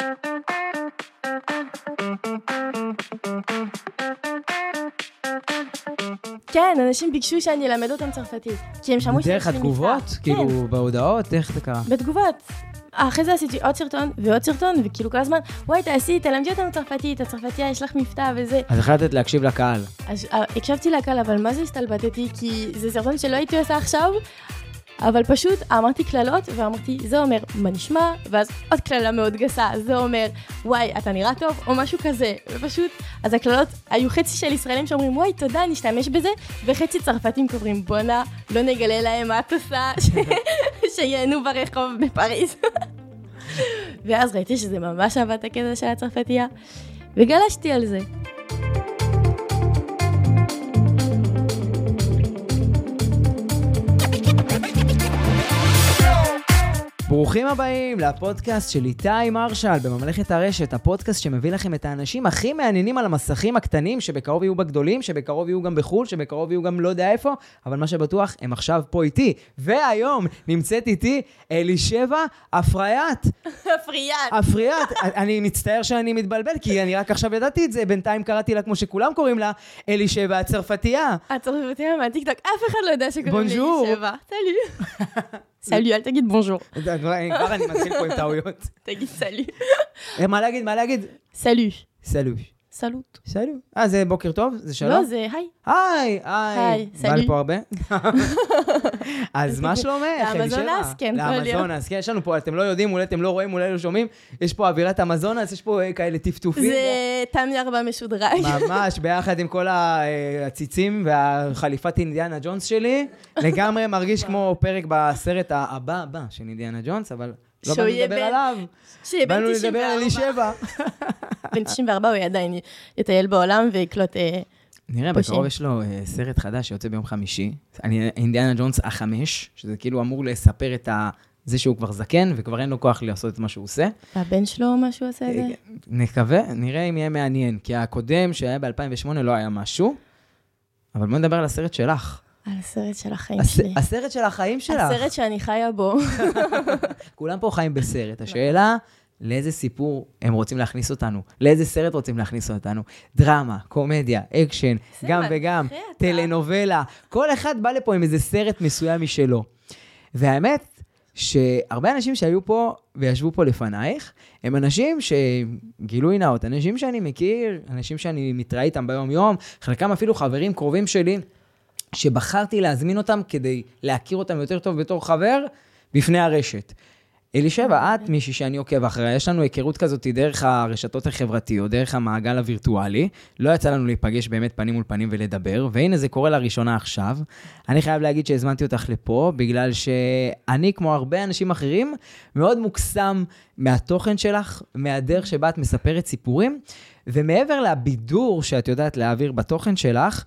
כן, אנשים ביקשו שאני אלמד אותם צרפתית, כי הם שמעו שיש לי מבטא. דרך התגובות? כאילו בהודעות? איך זה קרה? בתגובות. אחרי זה עשיתי עוד סרטון ועוד סרטון, וכאילו כל הזמן, וואי, תלמדי אותנו צרפתית, הצרפתיה, יש לך מבטא וזה. אז החלטת להקשיב לקהל. אז הקשבתי לקהל, אבל מה זה הסתלבטתי? כי זה סרטון שלא הייתי עושה עכשיו, אבל פשוט אמרתי כללות, ואמרתי, זה אומר, מה נשמע? ואז עוד כללה מאוד גסה, זה אומר, וואי, אתה נראה טוב, או משהו כזה. ופשוט, אז הכללות היו חצי של ישראלים שאומרים, וואי, תודה, נשתמש בזה, וחצי צרפתים קוראים, בונה, לא נגלה להם מה את עושה, שיהנו ברחוב בפריז. ואז ראיתי שזה ממש עבד את הקטע של הצרפתייה, וגלשתי על זה. ברוכים הבאים לפודקאסט של איתי מרשל בממלכת הרשת, הפודקאסט שמביא לכם את האנשים הכי מעניינים על המסכים הקטנים, שבקרוב יהיו בגדולים, שבקרוב יהיו גם בחול, שבקרוב יהיו גם לא יודע איפה, אבל מה שבטוח, הם עכשיו פה איתי. והיום נמצאת איתי אלישבע אפריאט. אפריאט. אני מצטער שאני מתבלבל, כי אני רק עכשיו ידעתי את זה, בינתיים קראתי לה כמו שכולם קוראים לה, אלישבע הצרפתייה. הצרפתייה מהטיקטוק, אף אחד לא יודע שקוראים לאלישבע. סלו. סלו, אל תגיד בונז'ור. כבר אני מתחיל פה עם טעויות. תגיד סלו. מה להגיד? סלו. סלוט. זה בוקר טוב? זה שלום? לא, זה היי. היי. בא לפה הרבה? אז מה שלומך? לאמזונס, כן. לאמזונס, כן, יש לנו פה, אתם לא יודעים, אולי אתם לא רואים, אולי לא שומעים, יש פה אווירת אמזונס, יש פה כאלה טפטופים. זה תמי 4 משודרג. ממש, ביחד עם כל הציצים והחליפת אינדיאנה ג'ונס שלי, לגמרי מרגיש כמו פרק בסרט הבא של אינדיאנה ג'ונס, אבל לא באנו לדבר עליו. באנו לדבר על אלישבע. בן 94 הוא עדיין יטייל בעולם ויקלוט נראה, בקרוב יש לו סרט חדש שיוצא ביום חמישי, אינדיאנה ג'ונס 5, שזה כאילו אמור לספר את זה שהוא כבר זקן, וכבר אין לו כוח לעשות את מה שהוא עושה. והבן שלו מה שהוא עושה את זה? נקווה, נראה אם יהיה מעניין, כי הקודם שהיה ב-2008 לא היה משהו, אבל בוא נדבר על הסרט שלך. על הסרט של החיים שלי. הסרט של החיים שלך. הסרט שאני חיה בו. כולם פה חיים בסרט. השאלה, לאיזה סיפור הם רוצים להכניס אותנו? לאיזה סרט רוצים להכניס אותנו? דרמה, קומדיה, אקשן, גם וגם, טלנובלה. כל אחד בא לפה עם איזה סרט מסוים משלו. והאמת, שהרבה אנשים שהיו פה וישבו פה לפנייך, הם אנשים שגילוי נאות, אנשים שאני מכיר, אנשים שאני מתראה איתם ביום יום, חלקם אפילו חברים קרובים שלי, שבחרתי להזמין אותם כדי להכיר אותם יותר טוב בתור חבר בפני הרשת. אלישבע, את מישהי שאני עוקב אחריה, יש לנו היכרות כזאת דרך הרשתות החברתיות, דרך המעגל הווירטואלי, לא יצא לנו להיפגש באמת פנים מול פנים ולדבר, והנה זה קורה לראשונה עכשיו. אני חייב להגיד שהזמנתי אותך לפה, בגלל שאני, כמו הרבה אנשים אחרים, מאוד מוקסם מהתוכן שלך, מהדרך שבה את מספרת סיפורים, ומעבר לבידור שאת יודעת להעביר בתוכן שלך,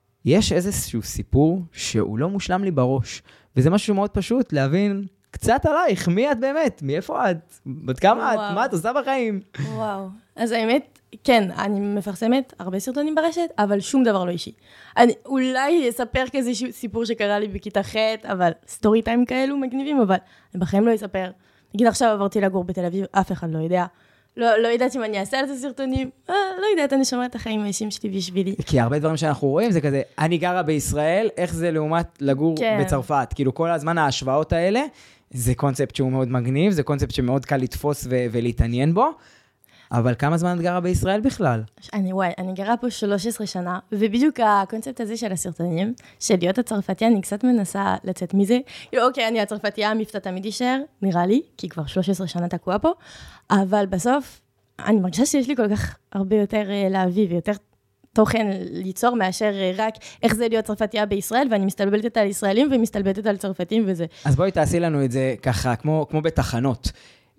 יש איזשהו סיפור שהוא לא מושלם לי בראש, וזה משהו מאוד פשוט להבין קצת עלייך, מי את באמת? מאיפה את? בת כמה את? מה את עושה בחיים? וואו, אז האמת, כן, אני מפרסמת הרבה סרטונים ברשת, אבל שום דבר לא אישי. אני אולי אספר כזה סיפור שקרה לי בכיתה ח', אבל סטורי טיים כאלו מגניבים, אבל אני בחיים לא אספר. נגיד עכשיו עברתי לגור בתל אביב, אף אחד לא יודע. לא יודעת אם אני אעשה על זה סרטונים, לא יודעת, אני שומעת את החיים האישים שלי בשבילי. כי הרבה דברים שאנחנו רואים זה כזה, אני גרה בישראל, איך זה לעומת לגור בצרפת? כאילו כל הזמן ההשוואות האלה, זה קונספט שהוא מאוד מגניב, זה קונספט שמאוד קל לתפוס ולהתעניין בו, אבל כמה זמן את גרה בישראל בכלל? אני גרה פה 13 שנה, ובדיוק הקונספט הזה של הסרטונים, של להיות הצרפתיה, אני קצת מנסה לצאת מזה. אוקיי, אני הצרפתיה, המבטא תמיד יישאר, נראה לי, כי כבר 13 שנה תקוע פה, אבל בסוף, אני מרגישה שיש לי כל כך הרבה יותר להביא, ויותר תוכן ליצור מאשר רק איך זה להיות צרפתיה בישראל, ואני מסתלבטת על ישראלים ומסתלבטת על צרפתים וזה. אז בואי תעשי לנו את זה ככה, כמו בתחנות.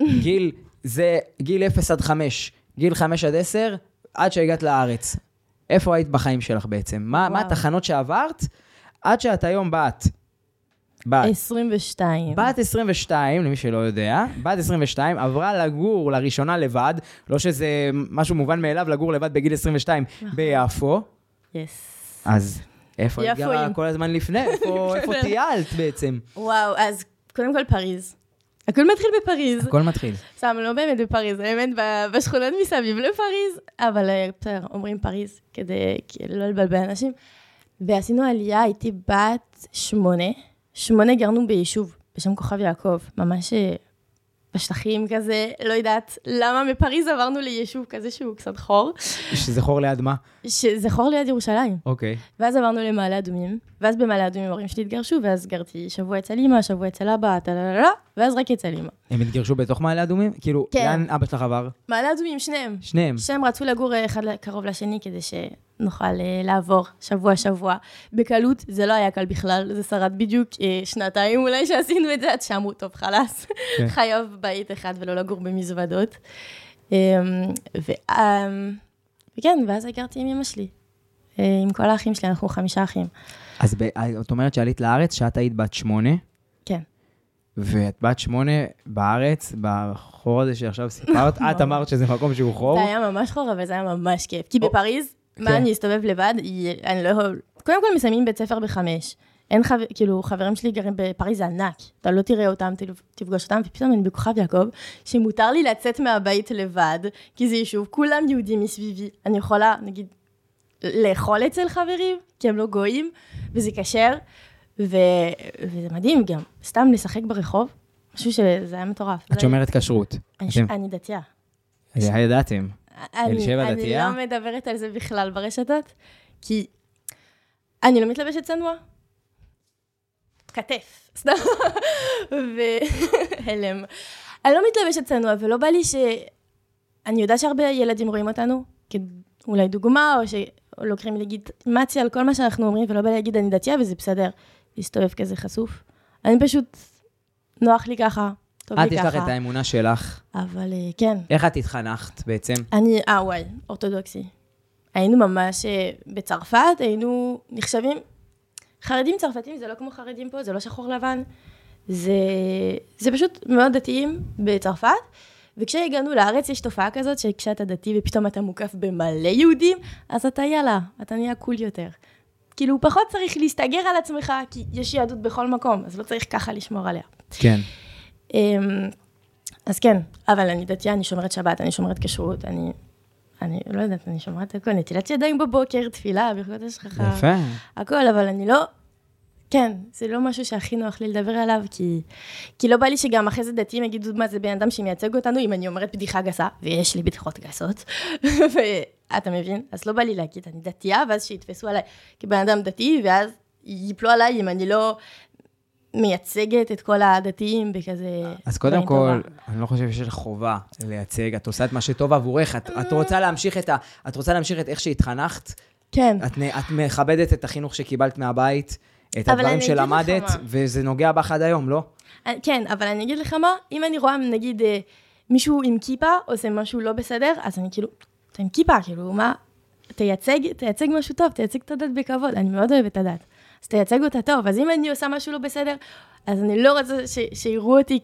גיל 0 עד 5, גיל 5 עד 10, עד שהגעת לארץ. איפה היית בחיים שלך בעצם? מה התחנות שעברת עד שאת היום בת? 22. בת 22, למי שלא יודע, בת 22 עברה לגור לראשונה לבד, לא שזה משהו מובן מאליו לגור לבד בגיל 22 ביפו. אז איפה היית גרה כל הזמן לפני? איפה טיילת בעצם? וואו, אז קודם כל פריז. הכל מתחיל בפריז. הכל מתחיל. סתם, לא באמת בפריז, באמת בשכונות מסביב לפריז, אבל בסדר, אומרים פריז, כדי לא לבלבל אנשים. ועשינו עלייה, הייתי בת 8. 8 גרנו ביישוב, בשם כוכב יעקב, ממש בשטחים כזה, לא יודעת למה מפריז עברנו ליישוב כזה שהוא קצת חור. שזה חור ליד מה? שזה חור ליד ירושלים. אוקיי. ואז עברנו למעלה אדומים, ואז במעלה אדומים ההורים שלי התגרשו, ואז גרתי שבוע אצל אמא, שבוע אצל אבא, ואז רק אצל אמא. הם התגרשו בתוך מעלה אדומים? כאילו, לאן אבא שלך עבר? מעלה אדומים, שניהם. שניהם. שהם רצו לגור אחד קרוב לשני, כדי שנוכל לעבור שבוע. בקלות, זה לא היה קל בכלל, זה שרד בדיוק 2 אולי שעשינו את זה, עד שאמרו, טוב, חלס, חייב בית אחד ולא לגור במזוודות. וכן, ואז הכרתי עם אמא שלי. עם כל האחים שלי, אנחנו 5 אחים. אז את אומרת שעלית לארץ, שאת היית בת 8? כן. ואת בת 8 בארץ, בחור הזה שעכשיו סיפרת, את אמרת שזה מקום שהוא חור? זה היה ממש חור, אבל זה היה ממש כיף. כי בפריז, מה אני אסתובב לבד, אני לא יכול... קודם כל מסיימים בית ספר ב5. אין כאילו, חברים שלי גרים בפריז ענק. אתה לא תראה אותם, תפגוש אותם, ופתאום אני בכוכב יעקב, שמותר לי לצאת מהבית לבד, כי זה יישוב, כולם יהודים מסביבי. אני יכולה, נגיד, לאכול אצל חברים, כי הם לא גויים, וזה כשר, וזה מדהים גם. סתם לשחק ברחוב, משהו שזה היה מטורף. את שומרת כשרות. אני דתייה. ידעתם. אלישבע דתייה? אני לא מדברת על זה בכלל ברשתות, כי אני לא מתלבשת צנוע. כתף, סתם. והלם. אני לא מתלבשת צנוע, ולא בא לי אני יודעת שהרבה ילדים רואים אותנו, אולי דוגמה, או שלוקחים לגיטימציה על כל מה שאנחנו אומרים, ולא בא להגיד אני דתייה, וזה בסדר, להסתובב כזה חשוף. אני פשוט, נוח לי ככה, טוב לי ככה. את יש לך את האמונה שלך. אבל כן. איך את התחנכת בעצם? וואי, אורתודוקסי. היינו ממש בצרפת, היינו נחשבים, חרדים צרפתים, זה לא כמו חרדים פה, זה לא שחור לבן, זה פשוט מאוד דתיים בצרפת, וכשהגענו לארץ יש תופעה כזאת, שכשאתה דתי ופתאום אתה מוקף במלא יהודים, אז אתה יאללה, אתה נהיה קול יותר. כאילו, פחות צריך להסתגר על עצמך, כי יש יהדות בכל מקום, אז לא צריך ככה לשמור עליה. כן. אז כן, אבל אני דתייה, אני שומרת שבת, אני שומרת כשרות, אני לא יודעת, אני שומרת הכל, נטילת ידיים בבוקר, תפילה, ברכות השכחה. יפה. הכל, אבל אני לא... כן, זה לא משהו שהכי נוח לי לדבר עליו, כי לא בא לי שגם אחרי זה דתיים יגידו מה זה בן אדם שמייצג אותנו, אם אני אומרת בדיחה גסה, ויש לי בדיחות גסות, ואתה מבין? אז לא בא לי להגיד, אני דתייה, ואז שיתפסו עליי כבן אדם דתי, ואז ייפלו עליי אם אני לא מייצגת את כל הדתיים בכזה... אז קודם כל, אני לא חושב שיש לך חובה לייצג, את עושה את מה שטוב עבורך, את רוצה להמשיך את איך שהתחנכת, כן. את מכבדת את החינוך שקיבלת מהבית, את הדברים שלמדת, וזה נוגע בך עד היום, לא? כן, אבל אני אגיד לך מה, אם אני רואה, נגיד, מישהו עם כיפה, עושה משהו לא בסדר, אז אני כאילו, אתה עם כיפה, כאילו, מה? תייצג משהו טוב, תייצג את הדת בכבוד, אני מאוד אוהבת את הדת. אז תייצג אותה טוב, אז אם אני עושה משהו לא בסדר, אז אני לא רוצה שיראו אותי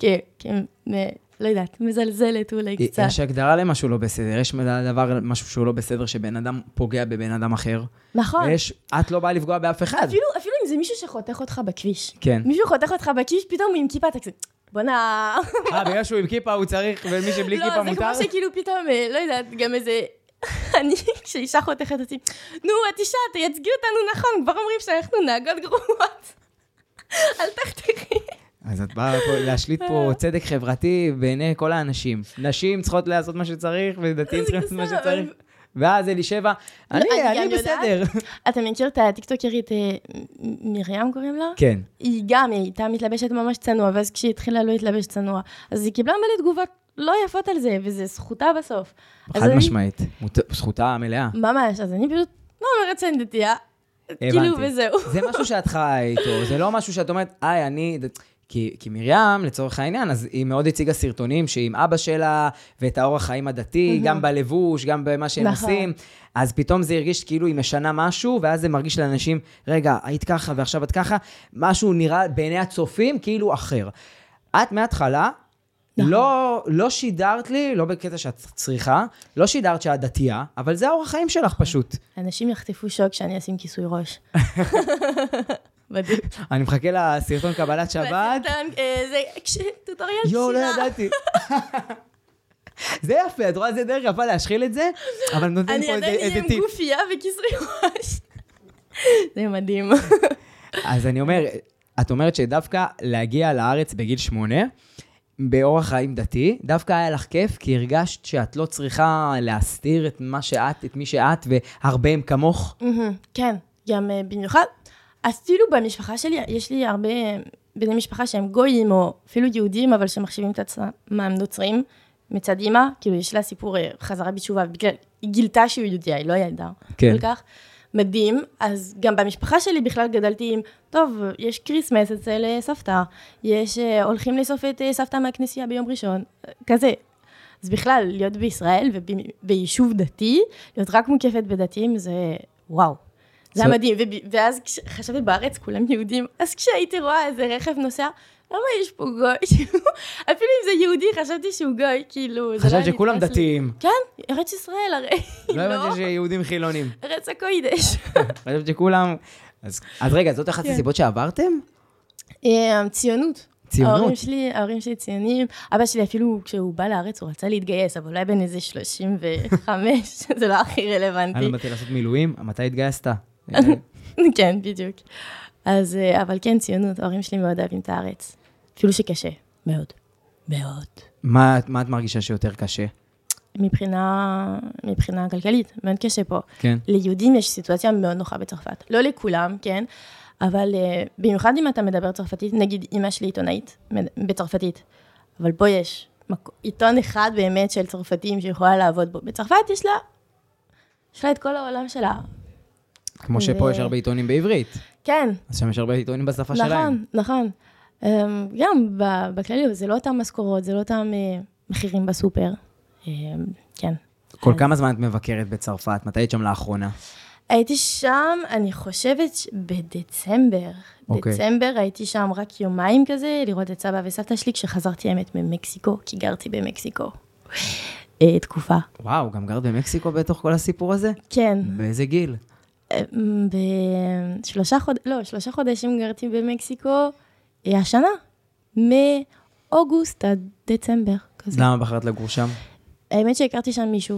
לא יודעת, מזלזלת אולי קצת. יש הגדרה למשהו לא בסדר, יש דבר, משהו שהוא לא בסדר, שבן אדם פוגע בבן אדם אחר. נכון. את לא באה לפגוע באף אחד. אפילו אם זה מישהו שחותך אותך בכביש. כן. מישהו חותך אותך בכביש, פתאום הוא עם כיפה, אתה כזה, בוא נע... בגלל שהוא עם כיפה הוא צריך, ומי שבלי כיפה מותר? לא, זה כמו שכאילו פתאום, לא יודעת, גם איזה... אני, כשאישה חותכת אותי, נו, את אישה, תייצגי אותנו נכון, כבר אומרים שאנחנו נהגות גרועות. אל תחתכי. אז את באה להשליט פה צדק חברתי בעיני כל האנשים. נשים צריכות לעשות מה שצריך, ודתיים צריכים לעשות מה שצריך. ואז אלישבע, אני בסדר. אתה מכיר את הטיקטוקרית מרים קוראים לה? כן. היא גם, היא הייתה מתלבשת ממש צנוע, ואז כשהיא התחילה לא להתלבש צנוע, אז היא קיבלה מלא תגובות לא יפות על זה, וזה זכותה בסוף. חד משמעית, זכותה מלאה. ממש, אז אני פשוט לא אומרת שאני דתייה, כאילו וזהו. זה משהו שאת חיה איתו, זה לא משהו שאת אומרת, אני... כי מרים, לצורך העניין, אז היא מאוד הציגה סרטונים שעם אבא שלה, ואת האורח חיים הדתי, גם בלבוש, גם במה שהם עושים, אז פתאום זה הרגיש כאילו היא משנה משהו, ואז זה מרגיש לאנשים, רגע, היית ככה ועכשיו את ככה, משהו נראה בעיני הצופים כאילו אחר. את מההתחלה, לא שידרת לי, לא בקטע שאת צריכה, לא שידרת שאת דתייה, אבל זה האורח חיים שלך פשוט. אנשים יחטפו שוק שאני אשים כיסוי ראש. מדהים. אני מחכה לסרטון קבלת שבת. זה טוטוריאל שירה. יואו, לא ידעתי. זה יפה, את רואה, זה דרך יפה להשחיל את זה, אבל נותן פה איזה טיפ. אני עדיין עם גופייה וכיסוי ראש. זה מדהים. אז אני אומר, את אומרת שדווקא להגיע לארץ בגיל 8, באורח חיים דתי, דווקא היה לך כיף, כי הרגשת שאת לא צריכה להסתיר את מה שאת, את מי שאת, והרבה הם כמוך. כן, גם במיוחד. אפילו במשפחה שלי, יש לי הרבה בני משפחה שהם גויים, או אפילו יהודים, אבל שמחשיבים את עצמם נוצרים, מצד אמא, כאילו יש לה סיפור חזרה בתשובה, בגלל היא גילתה שהוא יהודייה, היא לא ידעה. כן. כל כך מדהים, אז גם במשפחה שלי בכלל גדלתי עם, טוב, יש קריסמס אצל סבתא, יש, הולכים לאסוף את סבתא מהכנסייה ביום ראשון, כזה. אז בכלל, להיות בישראל וביישוב דתי, להיות רק מוקפת בדתיים, זה וואו. זה היה מדהים, ואז חשבתי בארץ, כולם יהודים, אז כשהייתי רואה איזה רכב נוסע, למה יש פה גוי? אפילו אם זה יהודי, חשבתי שהוא גוי, כאילו... חשבת שכולם דתיים. כן, ארץ ישראל, הרי. לא הבנתי שיהודים חילונים. ארץ הקוידש. חשבת שכולם... אז רגע, זאת אחת הסיבות שעברתם? ציונות. ציונות? ההורים שלי ציונים. אבא שלי אפילו כשהוא בא לארץ, הוא רצה להתגייס, אבל אולי בין איזה 35, זה לא הכי רלוונטי. אני באתי לעשות מילואים, מתי התגייסת? כן, בדיוק. אז, אבל כן, ציונות, ההורים שלי מאוד אוהבים את הארץ. אפילו שקשה, מאוד, מאוד. מה את מרגישה שיותר קשה? מבחינה כלכלית, מאוד קשה פה. כן. ליהודים יש סיטואציה מאוד נוחה בצרפת. לא לכולם, כן, אבל במיוחד אם אתה מדבר צרפתית, נגיד אמא שלי עיתונאית בצרפתית, אבל פה יש עיתון אחד באמת של צרפתים שיכולה לעבוד בו. בצרפת יש לה את כל העולם שלה. כמו שפה יש הרבה עיתונים בעברית. כן. אז שם יש הרבה עיתונים בשפה שלהם. נכון. גם בכללי, זה לא אותם משכורות, זה לא אותם מחירים בסופר. כן. כל כמה זמן את מבקרת בצרפת? מתי היית שם לאחרונה? הייתי שם, אני חושבת, בדצמבר. דצמבר הייתי שם רק יומיים כזה, לראות את סבא וסבתא שלי, כשחזרתי האמת ממקסיקו, כי גרתי במקסיקו. תקופה. וואו, גם גרת במקסיקו בתוך כל הסיפור הזה? כן. באיזה גיל? שלושה חודשים גרתי במקסיקו, השנה, מאוגוסט עד דצמבר. כזה. למה בחרת לגור שם? האמת שהכרתי שם מישהו,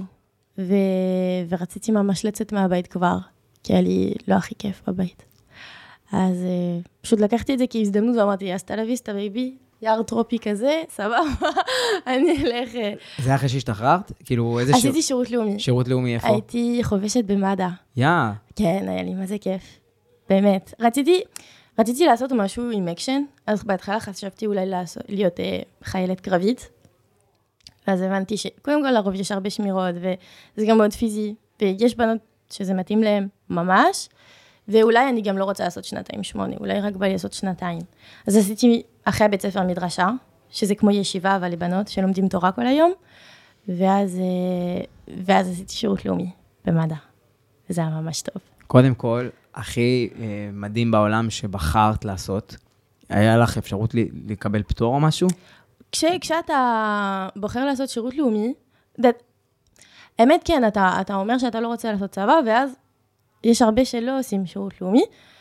ורציתי ממש לצאת מהבית כבר, כי היה לי לא הכי כיף בבית. אז פשוט לקחתי את זה כהזדמנות, ואמרתי, אסטה לויסטה בייבי, יער טרופי כזה, סבבה, אני אלך... זה אחרי שהשתחררת? כאילו איזה עשיתי שירות לאומי. שירות לאומי איפה? הייתי חובשת במד"א. כן, היה לי מה זה כיף. באמת. רציתי לעשות משהו עם אקשן, אז בהתחלה חשבתי אולי להיות חיילת קרבית, ואז הבנתי שקודם כל לרוב יש הרבה שמירות, וזה גם מאוד פיזי, ויש בנות שזה מתאים להם ממש, ואולי אני גם לא רוצה לעשות 2.8, אולי רק בא לי לעשות 2. אז עשיתי אחרי בית ספר מדרשה, שזה כמו ישיבה, אבל לבנות שלומדים תורה כל היום, ואז עשיתי שירות לאומי במד"א, וזה היה ממש טוב. קודם כל, הכי מדהים בעולם שבחרת לעשות, היה לך אפשרות לקבל פטור או משהו? כשאתה בוחר לעשות שירות לאומי, האמת כן, אתה אומר שאתה לא רוצה לעשות צבא, ואז יש הרבה שלא עושים שירות לאומי.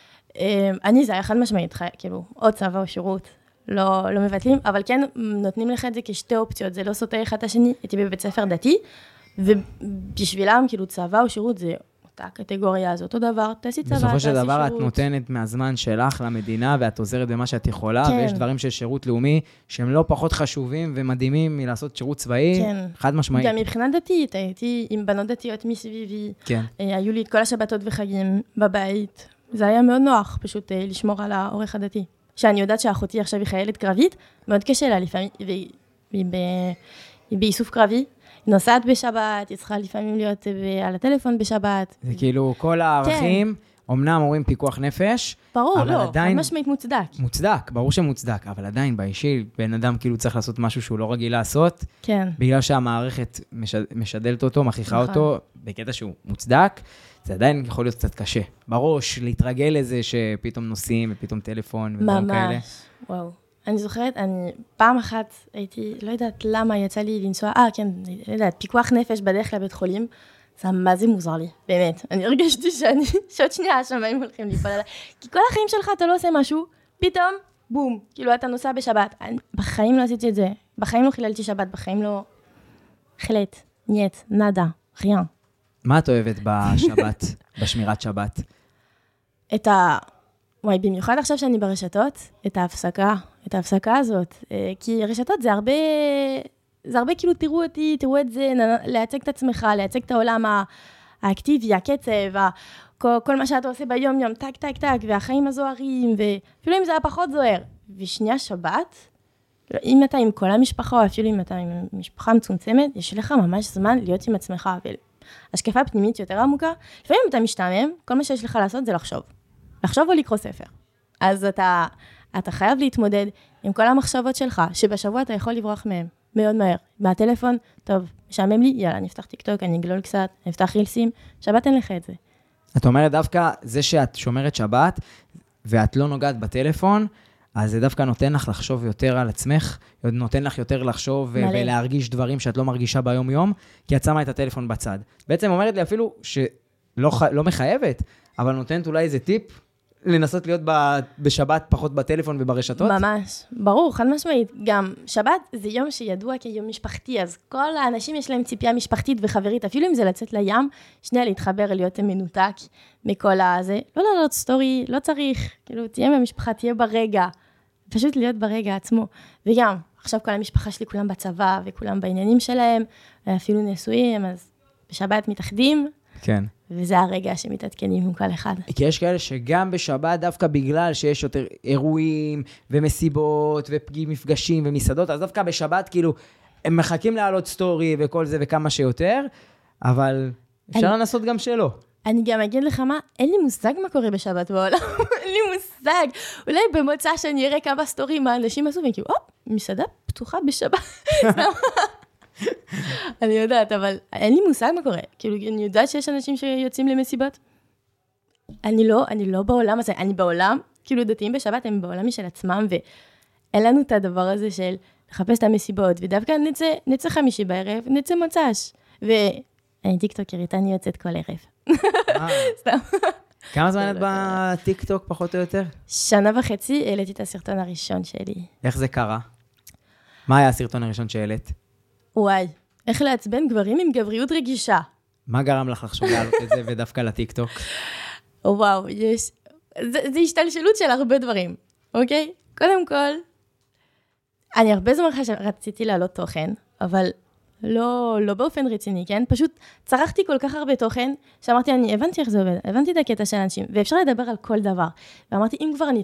זה היה חד משמעית, כאילו, או צבא או שירות, לא מבטלים, אבל כן נותנים לך את זה כשתי אופציות, זה לא סותר אחד השני, הייתי בבית ספר דתי, ובשבילם, כאילו, צבא או שירות זה אותה קטגוריה, זה אותו דבר, תעשי צבא, בסופו של דבר את נותנת מהזמן שלך למדינה, ואת עוזרת במה שאת יכולה, ויש דברים של שירות לאומי, שהם לא פחות חשובים ומדהימים מלעשות שירות צבאי, חד משמעית. גם מבחינה דתית, הייתי עם בנות דתיות מסביבי, היו לי את כל השבתות וחגים בבית, זה היה מאוד נוח, פשוט לשמור על האורך הדתי. שאני יודעת שאחותי עכשיו היא חיילת קרבית, מאוד קשה לה לפעמים, והיא באיסוף קרבי, היא נוסעת בשבת, היא צריכה לפעמים להיות על הטלפון בשבת. זה כאילו כל הערכים, אמנם אומרים פיקוח נפש, ברור, לא, משמעית מוצדק. מוצדק, ברור שמוצדק, אבל עדיין באישי, בן אדם כאילו צריך לעשות משהו שהוא לא רגיל לעשות, כן. בגלל שהמערכת משדלת אותו, מכריחה אותו, בקטע שהוא מוצדק, זה עדיין יכול להיות קצת קשה. בראש, להתרגל לזה שפתאום נוסעים ופתאום טלפון ודברים כאלה. ממש, וואו. אני זוכרת, פעם אחת הייתי, לא יודעת למה יצא לי לנסוע, כן, לא יודעת, פיקוח נפש בדרך לבית חולים, זה מה זה מוזר לי, באמת. אני הרגשתי שעוד שנייה השמיים הולכים ליפול עליי. כי כל החיים שלך אתה לא עושה משהו, פתאום, בום, כאילו אתה נוסע בשבת. בחיים לא עשיתי את זה, בחיים לא חיללתי שבת, בחיים לא חילט, נייט, נדה, ריאן. מה את אוהבת בשבת, בשמירת שבת? וואי, במיוחד עכשיו שאני ברשתות, את ההפסקה הזאת. כי רשתות זה הרבה כאילו, תראו אותי, תראו את זה, להציג את עצמך, להציג את העולם האקטיבי, הקצב, כל מה שאתה עושה ביום יום, טק, טק, טק, והחיים הזוהרים, ואפילו אם זה היה פחות זוהר. ושנייה שבת, אם אתה עם כל המשפחה, או אפילו אם אתה עם משפחה מצומצמת, יש לך ממש זמן להיות עם עצמך, והשקפה פנימית יותר עמוקה. לפעמים אתה משתעמם, כל מה שיש לך לעשות זה לחשוב או לקרוא ספר. אז אתה חייב להתמודד עם כל המחשבות שלך, שבשבוע אתה יכול לברוח מהם, מאוד מהר. מהטלפון, טוב, משעמם לי, יאללה, אני אפתח טיקטוק, אני אגלול קצת, אני אפתח רילסים, שבת אין לך את זה. את אומרת דווקא, זה שאת שומרת שבת, ואת לא נוגעת בטלפון, אז זה דווקא נותן לך לחשוב יותר על עצמך, נותן לך יותר לחשוב ולהרגיש דברים שאת לא מרגישה ביום יום, כי את שמה את הטלפון בצד. בעצם אומרת לי אפילו שלא מחייבת, אבל נותנת אולי איזה טיפ, לנסות להיות בשבת פחות בטלפון וברשתות? ממש, ברור, חד משמעית. גם שבת זה יום שידוע כיום משפחתי, אז כל האנשים יש להם ציפייה משפחתית וחברית, אפילו אם זה לצאת לים, שנייה להתחבר, להיות מנותק מכל הזה. לא לעלות סטורי, לא צריך, כאילו, תהיה במשפחה, תהיה ברגע, פשוט להיות ברגע עצמו. וגם, עכשיו כל המשפחה שלי כולם בצבא, וכולם בעניינים שלהם, אפילו נשואים, אז בשבת מתאחדים. כן. וזה הרגע שמתעדכנים עם כל אחד. כי יש כאלה שגם בשבת, דווקא בגלל שיש יותר אירועים ומסיבות ומפגשים ומסעדות, אז דווקא בשבת כאילו הם מחכים לעלות סטורי וכל זה וכמה שיותר, אבל אפשר לנסות גם שלא. אני גם אגיד לך מה, אין לי מושג מה קורה בשבת בעולם, אין לי מושג. אולי במוצא שאני אראה כמה סטורים מה אנשים עשו, וכאילו, מסעדה פתוחה בשבת. אני יודעת, אבל אין לי מושג מה קורה. כאילו, אני יודעת שיש אנשים שיוצאים למסיבות. אני לא בעולם הזה. אני בעולם, כאילו, דתיים בשבת, הם בעולם משל עצמם, ואין לנו את הדבר הזה של לחפש את המסיבות, ודווקא נצא חמישי בערב, נצא מוצ"ש. ואני טיקטוקרית, אני יוצאת כל ערב. סתם. כמה זמן את בטיקטוק, פחות או יותר? 1.5 העליתי את הסרטון הראשון שלי. איך זה קרה? מה היה הסרטון הראשון שהעלית? וואי, איך לעצבן גברים עם גבריות רגישה. מה גרם לך לחשוב לעלות את זה ודווקא לטיקטוק? וואו, זה השתלשלות של הרבה דברים, אוקיי? קודם כל, אני הרבה זמן רציתי לעלות תוכן, אבל לא באופן רציני, כן? פשוט צרכתי כל כך הרבה תוכן, שאמרתי, אני הבנתי איך זה עובד, הבנתי את הקטע של אנשים, ואפשר לדבר על כל דבר. ואמרתי, אם כבר אני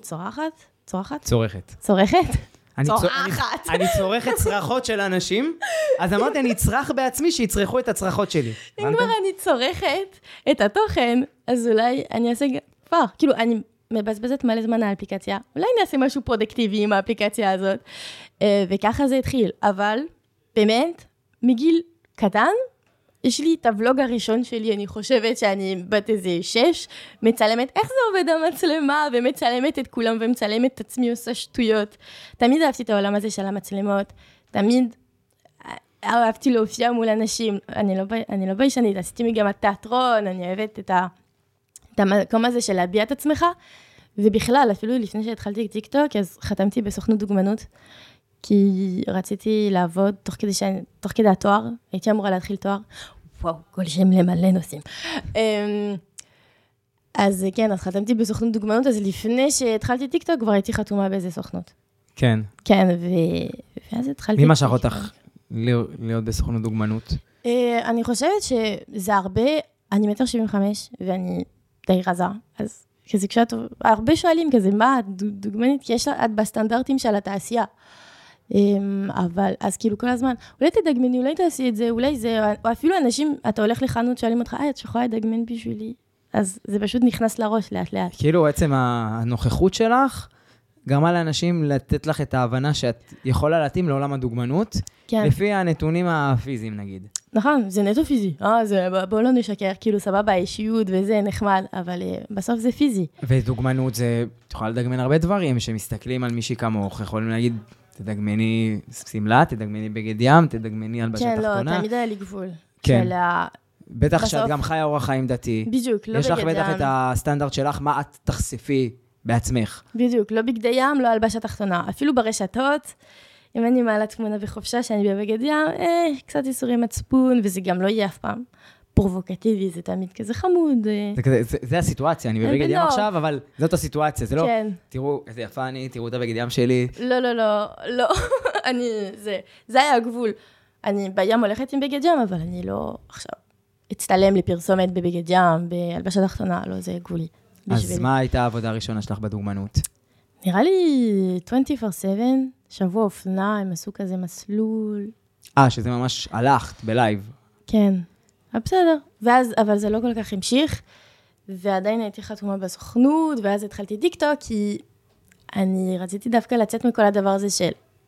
צורכת? אני צורכת צרחות של אנשים, אז אמרתי, אני אצרח בעצמי שיצרכו את הצרחות שלי. אם כבר אני צורכת את התוכן, אז אולי אני אעשה כבר, כאילו, אני מבזבזת מלא זמן על האפליקציה, אולי אני אעשה משהו פרודקטיבי עם האפליקציה הזאת, וככה זה התחיל. אבל, באמת, מגיל קטן, יש לי את הוולוג הראשון שלי, אני חושבת שאני בת איזה 6, מצלמת איך זה עובד המצלמה, ומצלמת את כולם, ומצלמת את עצמי, עושה שטויות. תמיד אהבתי את העולם הזה של המצלמות, תמיד אהבתי להופיע מול אנשים, אני לא ביישנית, עשיתי מגמת תיאטרון, אני אוהבת את המקום הזה של להביע את עצמך, ובכלל, אפילו לפני שהתחלתי את טיקטוק, אז חתמתי בסוכנות דוגמנות, כי רציתי לעבוד תוך כדי התואר, הייתי אמורה להתחיל תואר, וואו, כל שם למלא נושאים. אז כן, אז חתמתי בסוכנות דוגמנות, אז לפני שהתחלתי טיקטוק, כבר הייתי חתומה באיזה סוכנות. כן. כן, ואז התחלתי... מי משך אותך להיות בסוכנות דוגמנות? אני חושבת שזה הרבה, אני 1.75 ואני די רזה, אז כזה כשאת, הרבה שואלים כזה, מה דוגמנית? כי את בסטנדרטים של התעשייה. אבל אז כאילו כל הזמן, אולי תדגמני, אולי תעשי את זה, אולי זה, או אפילו אנשים, אתה הולך לחנות, שואלים אותך, את שיכולה לדגמן בשבילי? אז זה פשוט נכנס לראש לאט לאט. כאילו בעצם הנוכחות שלך, גרמה לאנשים לתת לך את ההבנה שאת יכולה להתאים לעולם הדוגמנות, כן. לפי הנתונים הפיזיים נגיד. נכון, זה נטו פיזי. בואו לא נשקר, כאילו סבבה, אישיות וזה נחמד, אבל בסוף זה פיזי. ודוגמנות זה, תוכל לדגמן הרבה דברים, שמסתכלים על מישהי כמוך, יכולים להגיד, תדגמני סמלה, תדגמני בגד ים, תדגמני על בשת תחתונה. כן, לא, תמיד היה לי גבול. כן. בטח שאת גם חיה אורח חיים דתי. בדיוק, לא בגד ים. יש לך בטח את הסטנדרט שלך, מה את תחשפי בעצמך. בדיוק, לא בגדי ים, לא הלבשה תחתונה. אפילו ברשתות, אם אני מעלה תמונה בחופשה שאני בבגד ים, קצת איסורי מצפון, וזה גם לא יהיה אף פעם פרובוקטיבי, זה תמיד כזה חמוד. זה הסיטואציה, אני בבגד ים עכשיו, אבל זאת הסיטואציה, זה לא, תראו, איזה יפה אני, תראו את הבגד ים שלי. לא, זה היה הגבול. אני בים הולכת עם בגד ים, אבל אני לא עכשיו אצטלם לפרסומת בבגד ים, בהלבשה תחתונה, לא, זה גבולי. אז מה הייתה העבודה הראשונה שלך בדוגמנות? נראה לי 24/7, שבוע אופנה, הם עשו כזה מסלול. שזה ממש הלכת בלייב. כן, בסדר. אבל זה לא כל כך המשיך, ועדיין הייתי חתומה בסוכנות, ואז התחלתי טיקטוק, כי אני רציתי דווקא לצאת מכל הדבר הזה של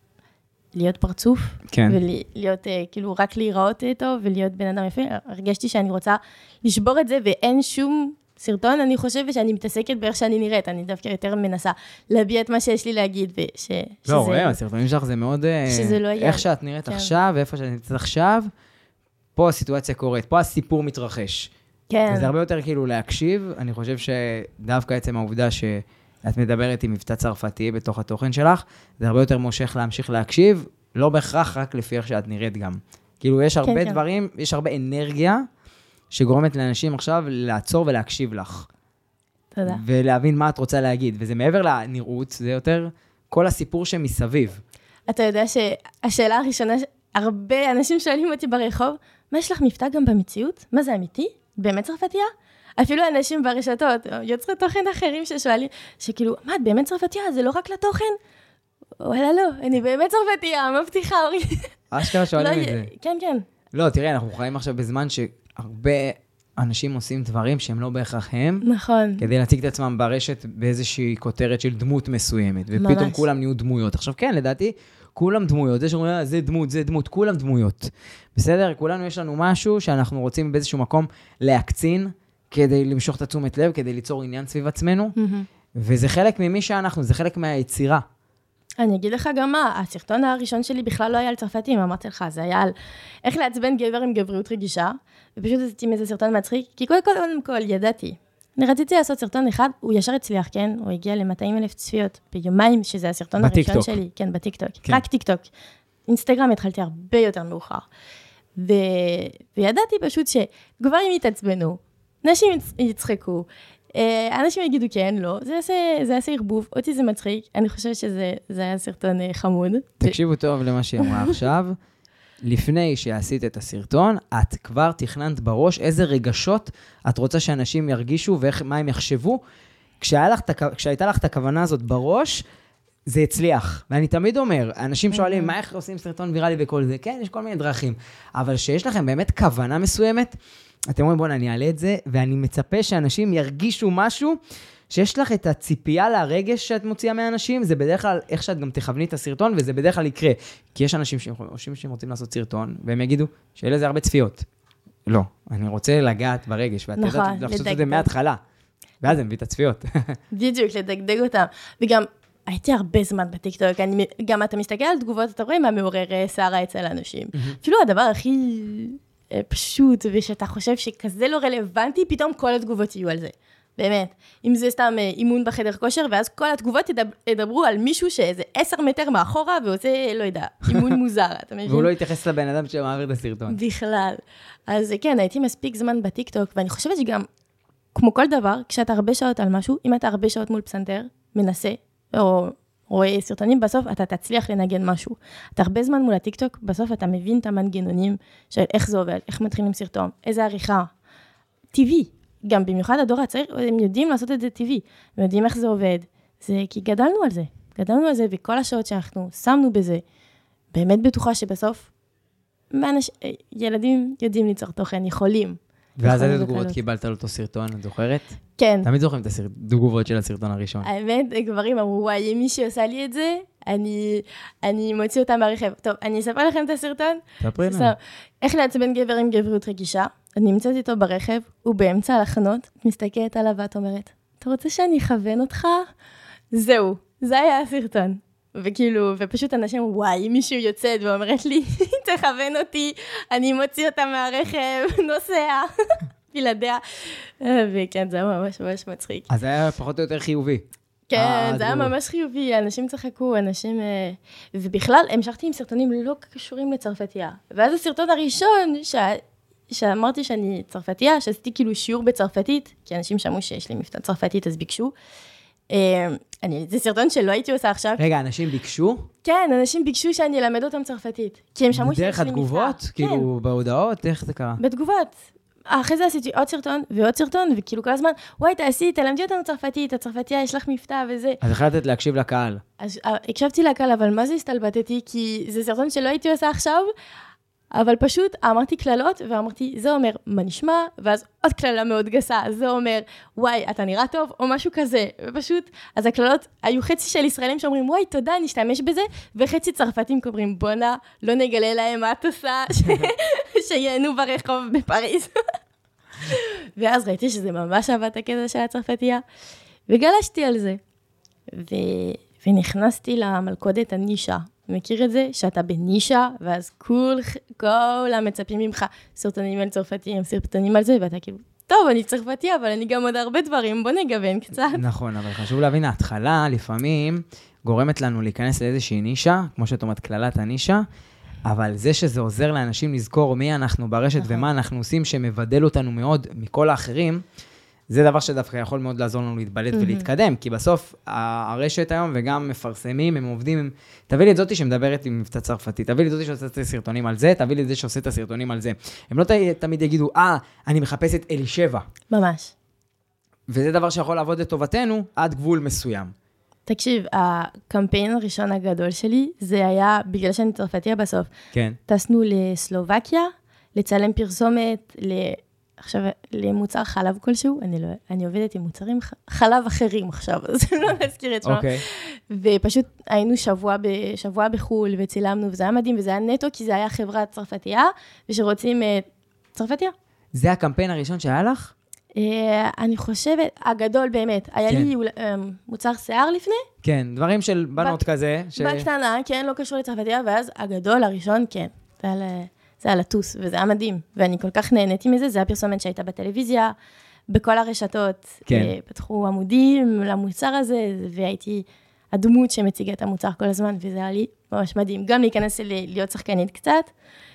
להיות פרצוף, כן. ולהיות, כאילו, רק להיראות טוב, ולהיות בן אדם יפה. הרגשתי שאני רוצה לשבור את זה, ואין שום סרטון, אני חושבת שאני מתעסקת באיך שאני נראית, אני דווקא יותר מנסה להביע את מה שיש לי להגיד, לא, רואה, הסרטונים שלך זה מאוד, איך שאת נראית עכשיו, ואיפה שאת נמצאת עכשיו, פה הסיטואציה קורית, פה הסיפור מתרחש. כן. וזה הרבה יותר כאילו להקשיב, אני חושב שדווקא עצם העובדה שאת מדברת עם מבטא צרפתי בתוך התוכן שלך, זה הרבה יותר מושך להמשיך להקשיב, לא בהכרח רק לפי איך שאת נראית גם. כאילו יש הרבה דברים, יש הרבה אנרגיה, שגורמת לאנשים עכשיו לעצור ולהקשיב לך. תודה. ולהבין מה את רוצה להגיד. וזה מעבר לנראות, זה יותר כל הסיפור שמסביב. אתה יודע שהשאלה הראשונה, הרבה אנשים שואלים אותי ברחוב, מה יש לך מבטא גם במציאות? מה זה אמיתי? באמת צרפתיה? אפילו אנשים ברשתות, יוצרי תוכן אחרים ששואלים, שכאילו, מה, את באמת צרפתיה? זה לא רק לתוכן? וואלה, לא, אני באמת צרפתיה, מבטיחה, אורי. אשכרה שואלים את זה. כן, כן. לא, תראה, אנחנו חיים עכשיו בזמן הרבה אנשים עושים דברים שהם לא בהכרח הם. נכון. כדי להציג את עצמם ברשת באיזושהי כותרת של דמות מסוימת. ופתאום כולם נהיו דמויות. עכשיו כן, לדעתי, כולם דמויות. זה שאומרים, זה דמות, כולם דמויות. בסדר? כולנו יש לנו משהו שאנחנו רוצים באיזשהו מקום להקצין, כדי למשוך את התשומת לב, כדי ליצור עניין סביב עצמנו. וזה חלק ממי שאנחנו, זה חלק מהיצירה. אני אגיד לך גם מה, הסרטון הראשון שלי בכלל לא היה על צרפתים, אמרתי לך, זה היה על איך לעצבן גבר עם גבריות רגישה, ופשוט עשיתי איזה סרטון מצחיק, כי קודם כל ידעתי. אני רציתי לעשות סרטון אחד, הוא ישר הצליח, כן? הוא הגיע ל-200,000 צפיות ביומיים, שזה הסרטון הראשון שלי. כן, בטיקטוק. רק טיקטוק. אינסטגרם התחלתי הרבה יותר מאוחר. וידעתי פשוט שגברים יתעצבנו, נשים יצחקו, אנשים יגידו כן, לא, זה יעשה ערבוב, אותי זה מצחיק, אני חושבת שזה היה סרטון חמוד. תקשיבו טוב למה שהיא אמרה עכשיו, לפני שעשית את הסרטון, את כבר תכננת בראש איזה רגשות את רוצה שאנשים ירגישו ומה הם יחשבו, כשהייתה לך את הכוונה הזאת בראש, זה הצליח. ואני תמיד אומר, אנשים שואלים, מה איך עושים סרטון ויראלי וכל זה? כן, יש כל מיני דרכים, אבל שיש לכם באמת כוונה מסוימת, אתם אומרים, בואו, אני אעלה את זה, ואני מצפה שאנשים ירגישו משהו, שיש לך את הציפייה לרגש שאת מוציאה מהאנשים, זה בדרך כלל איך שאת גם תכווני את הסרטון, וזה בדרך כלל יקרה. כי יש אנשים שהם רוצים לעשות סרטון, והם יגידו, שאלה זה הרבה צפיות. לא, אני רוצה לגעת ברגש, ואת יודעת לעשות את זה מההתחלה. ואז הם מביא את הצפיות. בדיוק, לדגדג אותם. וגם, הייתי הרבה זמן בטיקטוק, גם אתה מסתכל על תגובות, אתה רואה מה מעורר שערה אצל אנשים. אפילו הדבר הכי פשוט, ושאתה חושב שכזה לא רלוונטי, פתאום כל התגובות יהיו על זה. באמת. אם זה סתם אימון בחדר כושר, ואז כל התגובות ידברו על מישהו שאיזה 10 מטר מאחורה, ועושה, לא יודע, אימון מוזר, אתה מבין? והוא לא יתייחס לבן אדם שמעביר את הסרטון. בכלל. אז כן, הייתי מספיק זמן בטיקטוק, ואני חושבת שגם, כמו כל דבר, כשאתה הרבה שעות על משהו, אם אתה הרבה שעות מול פסנתר, מנסה, או רואה סרטונים, בסוף אתה תצליח לנגן משהו. אתה הרבה זמן מול הטיקטוק, בסוף אתה מבין את המנגנונים של איך זה עובד, איך מתחילים סרטון, איזה עריכה. טבעי. גם במיוחד הדור הצעיר, הם יודעים לעשות את זה טבעי. הם יודעים איך זה עובד. זה כי גדלנו על זה. גדלנו על זה, וכל השעות שאנחנו שמנו בזה, באמת בטוחה שבסוף, ילדים יודעים ליצור תוכן, יכולים. ואז איזה תגובות קיבלת על אותו סרטון, את זוכרת? כן. תמיד זוכרים את התגובות של הסרטון הראשון. האמת, גברים אמרו, וואי, מי שעושה לי את זה, אני מוציא אותם ברכב. טוב, אני אספר לכם את הסרטון. תפרי לנו. איך לעצבן גבר עם גבריות רגישה? אני נמצאת איתו ברכב, הוא באמצע לחנות, מסתכלת עליו ואת אומרת, אתה רוצה שאני אכוון אותך? זהו, זה היה הסרטון. וכאילו, ופשוט אנשים, וואי, מישהו יוצאת ואומרת לי, תכוון אותי, אני מוציא אותה מהרכב, נוסע, בלעדיה. וכן, זה היה ממש ממש מצחיק. אז זה היה פחות או יותר חיובי. כן, זה היה ממש חיובי, אנשים צחקו, אנשים... ובכלל, המשכתי עם סרטונים לא קשורים לצרפתייה. ואז הסרטון הראשון, שאמרתי שאני צרפתייה, שעשיתי כאילו שיעור בצרפתית, כי אנשים שמעו שיש לי מבטא צרפתית, אז ביקשו. זה סרטון שלא הייתי עושה עכשיו. רגע, אנשים ביקשו? כן, אנשים ביקשו שאני אלמד אותם צרפתית. כי הם שמעו שיש לי מבטא. דרך התגובות? כאילו, בהודעות? איך זה קרה? בתגובות. אחרי זה עשיתי עוד סרטון ועוד סרטון, וכאילו כל הזמן, וואי, תלמדי אותנו צרפתית, הצרפתיה, יש לך מבטא וזה. אז החלטת להקשיב לקהל. אז הקשבתי לקהל, אבל מה זה הסתלבטתי? כי זה סרטון שלא הייתי עושה עכשיו, אבל פשוט אמרתי כללות, ואמרתי, זה אומר, מה נשמע? ואז עוד כללה מאוד גסה, זה אומר, וואי, אתה נראה טוב, או משהו כזה. ופשוט, אז הכללות, היו חצי של ישראלים שאומרים, וואי, תודה, נשתמש בזה, וחצי צרפתים אומרים, בונה, לא נגלה להם מה את עושה, שיהנו ברחוב בפריז. ואז ראיתי שזה ממש עבד את הקטע של הצרפתייה, וגלשתי על זה. ונכנסתי למלכודת הנישה. מכיר את זה? שאתה בנישה, ואז כולם מצפים ממך סרטונים על צרפתיים, סרטונים על זה, ואתה כאילו, טוב, אני צרפתי, אבל אני גם עוד הרבה דברים, בוא נגוון קצת. נכון, אבל חשוב להבין, ההתחלה לפעמים גורמת לנו להיכנס לאיזושהי נישה, כמו שאת אומרת, כללת הנישה, אבל זה שזה עוזר לאנשים לזכור מי אנחנו ברשת ומה אנחנו עושים, שמבדל אותנו מאוד מכל האחרים, זה דבר שדווקא יכול מאוד לעזור לנו להתבלט ולהתקדם, כי בסוף הרשת היום וגם מפרסמים, הם עובדים, תביא לי את זאתי שמדברת עם מבטא צרפתי, תביא לי את זאתי שעושה את הסרטונים על זה, תביא לי את זה שעושה את הסרטונים על זה. הם לא תמיד יגידו, אני מחפש את אלישבע. ממש. וזה דבר שיכול לעבוד לטובתנו עד גבול מסוים. תקשיב, הקמפיין הראשון הגדול שלי, זה היה, בגלל שאני צרפתיה בסוף, כן. טסנו לסלובקיה, לצלם פרסומת, עכשיו, למוצר חלב כלשהו, אני עובדת עם מוצרים חלב אחרים עכשיו, אז לא נזכיר את שמה. ופשוט היינו שבוע בחול, וצילמנו, וזה היה מדהים, וזה היה נטו, כי זה היה חברת צרפתיה, ושרוצים צרפתיה. זה הקמפיין הראשון שהיה לך? אני חושבת, הגדול באמת, היה לי מוצר שיער לפני. כן, דברים של בנות כזה. בקטנה, כן, לא קשור לצרפתיה, ואז הגדול הראשון, כן, זה היה לטוס, וזה היה מדהים, ואני כל כך נהניתי מזה, זה הפרסומת שהייתה בטלוויזיה, בכל הרשתות, פתחו עמודים למוצר הזה, והייתי הדמות שמציגה את המוצר כל הזמן, וזה היה לי ממש מדהים, גם להיכנס להיות שחקנית קצת,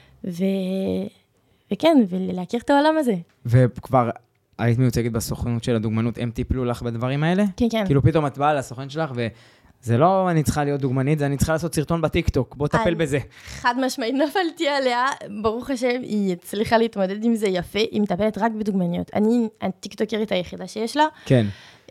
וכן, ולהכיר את העולם הזה. וכבר היית מיוצגת בסוכנות של הדוגמנות, הם טיפלו לך בדברים האלה? כן, כן. כאילו פתאום את באה לסוכן שלך, זה לא אני צריכה להיות דוגמנית, זה אני צריכה לעשות סרטון בטיקטוק, בוא טפל בזה. חד משמעית נפלתי עליה, ברוך השם, היא הצליחה להתמודד עם זה יפה, היא מטפלת רק בדוגמניות. אני הטיקטוקרית היחידה שיש לה. כן.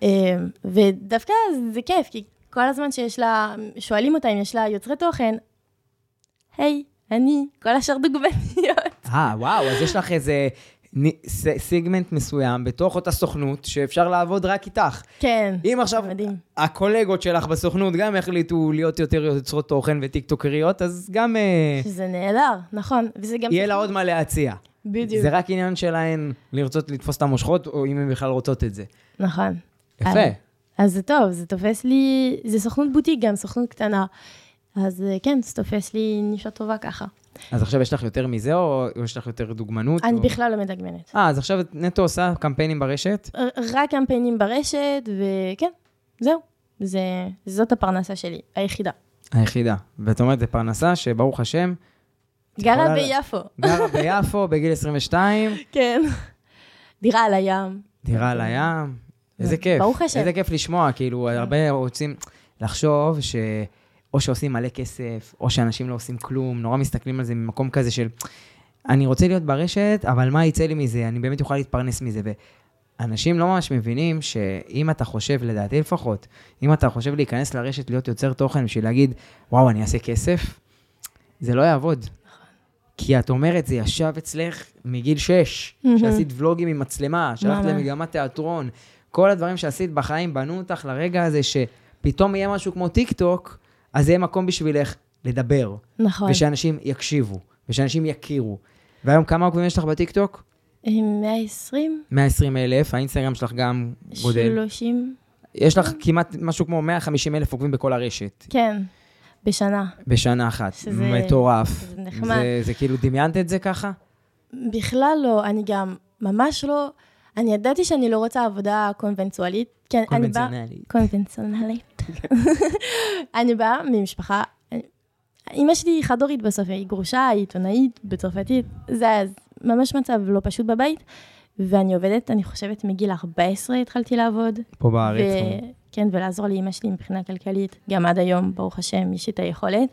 ודווקא זה כיף, כי כל הזמן שיש לה, שואלים אותה אם יש לה יוצרי תוכן, היי, אני, כל השאר דוגמניות. וואו, אז יש לך איזה סיגמנט מסוים בתוך אותה סוכנות שאפשר לעבוד רק איתך. כן, אם עכשיו הקולגות שלך בסוכנות גם החליטו להיות יותר יוצרות תוכן וטיקטוקריות, אז גם שזה נהדר, נכון. יהיה לה עוד מה להציע. בדיוק. זה רק עניין שלהן לרצות לתפוס את המושכות, או אם הן בכלל רוצות את זה. נכון. יפה. אז זה טוב, זה תופס לי, זה סוכנות בוטיק גם, סוכנות קטנה. אז כן, זה תופס לי נישה טובה ככה. אז עכשיו יש לך יותר מזה, או יש לך יותר דוגמנות? אני בכלל לא מדגמנת. אז עכשיו נטו עושה קמפיינים ברשת? רק קמפיינים ברשת, וכן, זהו. זאת הפרנסה שלי, היחידה. היחידה. ואת אומרת, זה פרנסה שברוך השם... גרה ביפו. גרה ביפו, בגיל 22. כן. דירה על הים. דירה על הים. איזה כיף. ברוך השם. איזה כיף לשמוע, כאילו, הרבה רוצים לחשוב ש... או שעושים מלא כסף, או שאנשים לא עושים כלום, נורא מסתכלים על זה ממקום כזה של, אני רוצה להיות ברשת, אבל מה יצא לי מזה? אני באמת אוכל להתפרנס מזה. ואנשים לא ממש מבינים שאם אתה חושב, לדעתי לפחות, אם אתה חושב להיכנס לרשת, להיות יוצר תוכן, בשביל להגיד, וואו, אני אעשה כסף, זה לא יעבוד. כי את אומרת, זה ישב אצלך מגיל 6, שעשית ולוגים עם מצלמה, שהלכת למגמת תיאטרון, כל הדברים שעשית בחיים בנו אותך לרגע הזה, שפתאום יהיה משהו כמו טיקטוק, אז זה יהיה מקום בשבילך לדבר. נכון. ושאנשים יקשיבו, ושאנשים יכירו. והיום כמה עוקבים יש לך בטיקטוק? 120. 120,000, האינסטגרם שלך גם גודל. 30. יש לך כמעט משהו כמו 150,000 עוקבים בכל הרשת. כן. בשנה. בשנה אחת. מטורף. זה נחמד. זה כאילו, דמיינת את זה ככה? בכלל לא, אני גם ממש לא, אני ידעתי שאני לא רוצה עבודה קונבנציונלית. קונבנציונלית. אני באה ממשפחה, אמא שלי חד-הורית בסוף, היא גרושה, היא עיתונאית בצרפתית, זה ממש מצב לא פשוט בבית, ואני עובדת, אני חושבת, מגיל 14 התחלתי לעבוד. פה בארץ. כן, ולעזור לאמא שלי מבחינה כלכלית, גם עד היום, ברוך השם, יש את היכולת.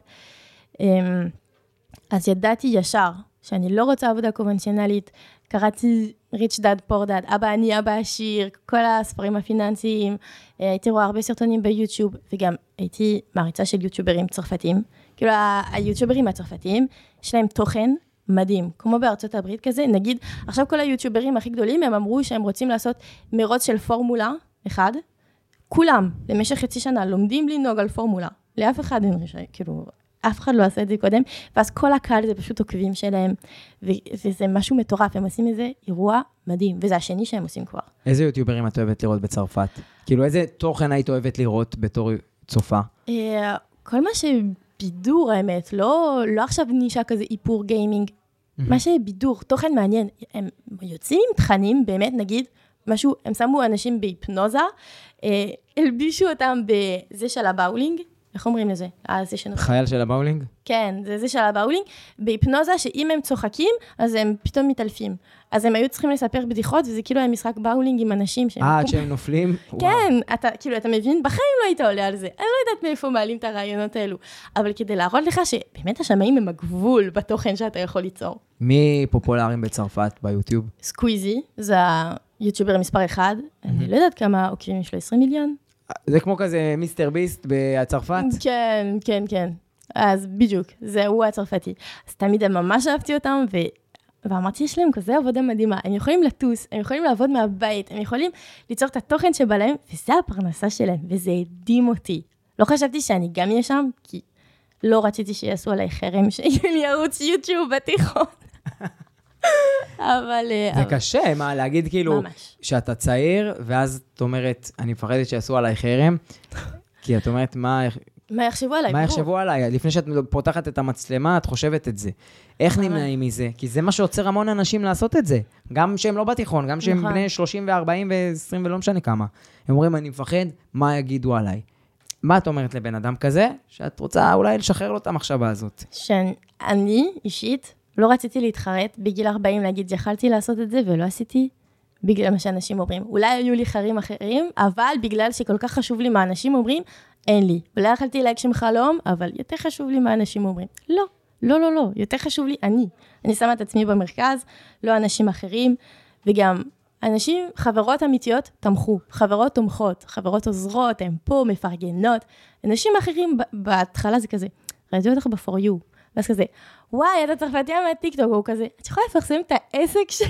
אז ידעתי ישר שאני לא רוצה עבודה קונבנציונלית, קראתי ריץ' דאד פור דאד, אבא עני, אבא עשיר, כל הספרים הפיננסיים, הייתי רואה הרבה סרטונים ביוטיוב, וגם הייתי מעריצה של יוטיוברים צרפתיים, כאילו היוטיוברים הצרפתיים, יש להם תוכן מדהים, כמו בארצות הברית כזה, נגיד, עכשיו כל היוטיוברים הכי גדולים, הם אמרו שהם רוצים לעשות מרוץ של פורמולה, אחד, כולם, למשך חצי שנה, לומדים לנהוג על פורמולה, לאף אחד אין רשאי, כאילו, אף אחד לא עשה את זה קודם, ואז כל הקהל זה פשוט עוקבים שלהם, וזה משהו מטורף, הם עושים איזה אירוע מדהים, וזה השני שהם עושים כבר. איזה יוטיוברים את אוהבת לראות בצרפת? כאילו, איזה תוכן היית אוהבת לראות בתור צופה? כל מה שבידור, האמת, לא עכשיו נישה כזה איפור גיימינג, מה שבידור, תוכן מעניין, הם יוצאים עם תכנים, באמת, נגיד, משהו, הם שמו אנשים בהיפנוזה, הלבישו אותם בזה של הבאולינג, איך אומרים לזה? חייל של הבאולינג? כן, זה של הבאולינג, בהיפנוזה שאם הם צוחקים, אז הם פתאום מתעלפים. אז הם היו צריכים לספר בדיחות, וזה כאילו היה משחק באולינג עם אנשים עד שהם נופלים? כן, אתה מבין, בחיים לא היית עולה על זה. אני לא יודעת מאיפה מעלים את הרעיונות האלו, אבל כדי להראות לך שבאמת השמיים הם הגבול בתוכן שאתה יכול ליצור. מי פופולריים בצרפת ביוטיוב? סקוויזי, זה היוטיובר מספר 1, אני לא יודעת כמה עוקבים יש לו, 20 מיליון. זה כמו כזה מיסטר ביסט בצרפת? כן, כן, כן. אז בדיוק, הוא הצרפתי. אז תמיד ממש אהבתי אותם, ואמרתי, יש להם כזה עבודה מדהימה. הם יכולים לטוס, הם יכולים לעבוד מהבית, הם יכולים ליצור את התוכן שבלהם, וזה הפרנסה שלהם, וזה הדהים אותי. לא חשבתי שאני גם אהיה שם, כי לא רציתי שיעשו עליי חרם, שיהיה לי ערוץ יוטיוב בתיכון. אבל... זה קשה, מה, להגיד כאילו, שאתה צעיר, ואז את אומרת, אני מפחדת שיעשו עליי חרם, כי את אומרת, מה יחשבו עליי? מה יחשבו עליי? לפני שאת פותחת את המצלמה, את חושבת את זה. איך נמנעים מזה? כי זה מה שעוצר המון אנשים לעשות את זה. גם שהם לא בתיכון, גם שהם בני 30 ו-40 ו-20 ולא משנה כמה. הם אומרים, אני מפחד, מה יגידו עליי? מה את אומרת לבן אדם כזה? שאת רוצה אולי לשחרר לו את המחשבה הזאת. שאני אישית לא רציתי להתחרט בגיל 40 להגיד, יכלתי לעשות את זה ולא עשיתי בגלל מה שאנשים אומרים. אולי היו לי חרים אחרים, אבל בגלל שכל כך חשוב לי מה אנשים אומרים, אין לי. אולי יכלתי להגשים חלום, אבל יותר חשוב לי מה אנשים אומרים. לא, לא, לא, לא. יותר חשוב לי אני. אני שמה את עצמי במרכז, לא אנשים אחרים, וגם אנשים, חברות אמיתיות, תמכו. חברות תומכות, חברות עוזרות, הן פה, מפרגנות. אנשים אחרים בהתחלה זה כזה, ראיתי אותך ב-for you. ואז כזה, וואי, אתה צרפתיה מהטיקטוק, הוא כזה, את יכולה לפרסם את העסק שלי?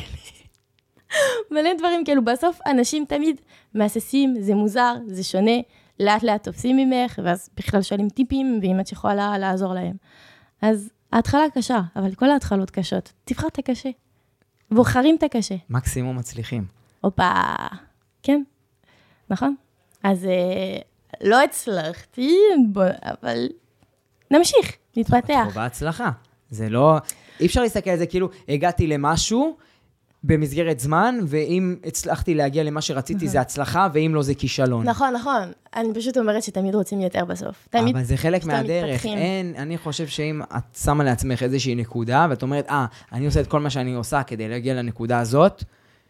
מלא דברים כאלו, בסוף אנשים תמיד מעססים, זה מוזר, זה שונה, לאט לאט תופסים ממך, ואז בכלל שואלים טיפים, ואם את יכולה לעזור להם. אז ההתחלה קשה, אבל כל ההתחלות קשות. תבחר את הקשה. בוחרים את הקשה. מקסימום מצליחים. אופה, כן, נכון? אז לא הצלחתי, אבל נמשיך, נתפתח. טוב, בהצלחה. זה לא, אי אפשר להסתכל על זה כאילו, הגעתי למשהו, במסגרת זמן, ואם הצלחתי להגיע למה שרציתי, זה הצלחה, ואם לא, זה כישלון. נכון, נכון. אני פשוט אומרת שתמיד רוצים יותר בסוף. אבל זה חלק מהדרך. אני חושב שאם את שמה לעצמך איזושהי נקודה, ואת אומרת, אני עושה את כל מה שאני עושה כדי להגיע לנקודה הזאת,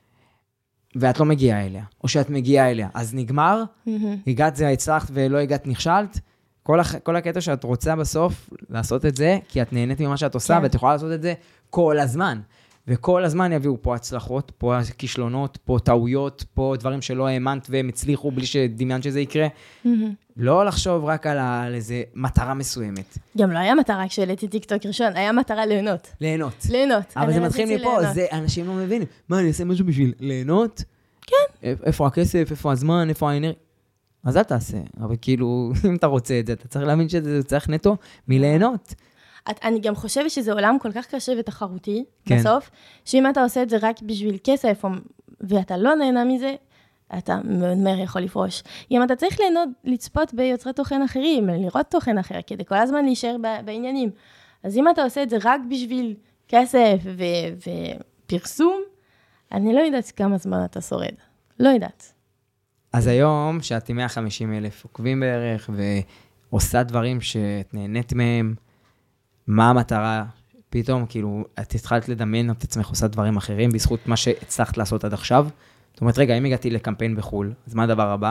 ואת לא מגיעה אליה, או שאת מגיעה אליה. אז נגמר, הגעת זה הצלחת ולא הגעת נכשלת, כל הקטע שאת רוצה בסוף לעשות את זה, כי את נהנית ממה שאת עושה, ואת יכולה לעשות את זה כל הזמן. וכל הזמן יביאו פה הצלחות, פה כישלונות, פה טעויות, פה דברים שלא האמנת והם הצליחו בלי שדמיינת שזה יקרה. לא לחשוב רק על איזה מטרה מסוימת. גם לא היה מטרה כשהעליתי טיקטוק ראשון, היה מטרה ליהנות. ליהנות. ליהנות. אבל זה מתחיל מפה, אנשים לא מבינים. מה, אני אעשה משהו בשביל ליהנות? כן. איפה הכסף, איפה הזמן, איפה האנרגיה? אז אל תעשה. אבל כאילו, אם אתה רוצה את זה, אתה צריך להבין שזה צריך נטו מליהנות. אני גם חושבת שזה עולם כל כך קשה ותחרותי, בסוף, שאם אתה עושה את זה רק בשביל כסף, ואתה לא נהנה מזה, אתה מאוד מהר יכול לפרוש. אם אתה צריך לצפות ביוצרי תוכן אחרים, לראות תוכן אחר, כדי כל הזמן להישאר בעניינים. אז אם אתה עושה את זה רק בשביל כסף ופרסום, אני לא יודעת כמה זמן אתה שורד. לא יודעת. אז היום, שאת עם 150,000 עוקבים בערך, ועושה דברים שאת נהנית מהם, מה המטרה? פתאום, כאילו, את התחלת לדמיין את עצמך עושה דברים אחרים, בזכות מה שהצלחת לעשות עד עכשיו? זאת אומרת, רגע, אם הגעתי לקמפיין בחול, אז מה הדבר הבא?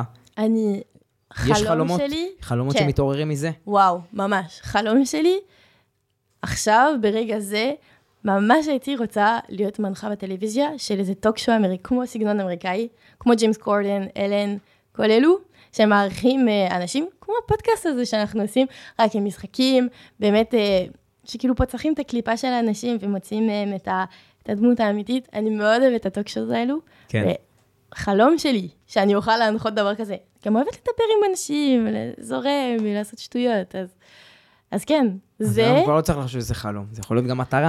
חלום שלי... חלומות שמתעוררים מזה? וואו, ממש. חלום שלי, עכשיו, ברגע זה, ממש הייתי רוצה להיות מנחה בטלוויזיה של איזה טוק-שואו אמריקאי, כמו סגנון אמריקאי, כמו ג'יימס קורדן, אלן, כל אלו, שהם מערכים אנשים, כמו הפודקאסט הזה שאנחנו עושים, רק עם משחקים, באמת, שכאילו פוצחים את הקליפה של האנשים ומוצאים מהם את הדמות האמיתית. אני מאוד אוהבת את הטוק-שואו האלו. כן. חלום שלי, שאני אוכל להנחות דבר כזה. גם אוהבת לדבר עם אנשים, לזורם ולעשות שטויות, אז כן, זה... אז כבר לא צריך לחשוב שזה חלום, זה יכול להיות גם מטרה.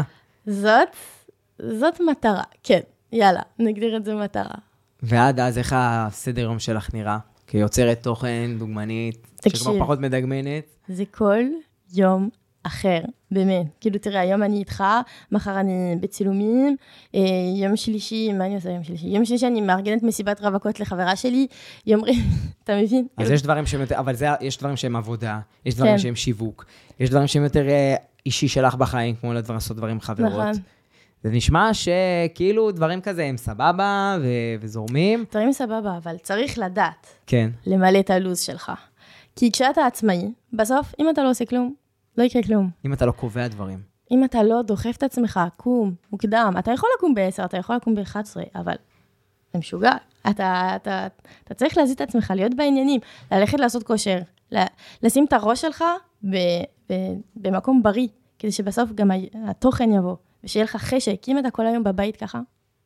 זאת מטרה, כן, יאללה, נגדיר את זה מטרה. ועד אז, איך הסדר יום שלך נראה? כיוצרת תוכן, דוגמנית, שכבר פחות מדגמנת. זה כל יום אחר, באמת. כאילו, תראה, היום אני איתך, מחר אני בצילומים, יום שלישי, מה אני עושה יום שלישי? יום שלישי אני מארגנת מסיבת רווקות לחברה שלי, אתה מבין? אז יש דברים שהם יותר, אבל יש דברים שהם עבודה, יש דברים שהם שיווק, יש דברים שהם יותר אישי שלך בחיים, כמו לעשות דברים חברות. נכון. זה נשמע שכאילו דברים כזה הם סבבה וזורמים. דברים סבבה, אבל צריך לדעת. כן. למלא את הלוז שלך. כי כשאתה עצמאי, בסוף, אם אתה לא עושה כלום, לא יקרה כלום. אם אתה לא קובע דברים. אם אתה לא דוחף את עצמך, קום, מוקדם, אתה יכול לקום ב-10, אתה יכול לקום ב-11, אבל זה משוגע. אתה צריך להזיז את עצמך, להיות בעניינים, ללכת לעשות כושר, לשים את הראש שלך במקום בריא, כדי שבסוף גם התוכן יבוא, ושיהיה לך חשק. אם אתה כל היום בבית ככה,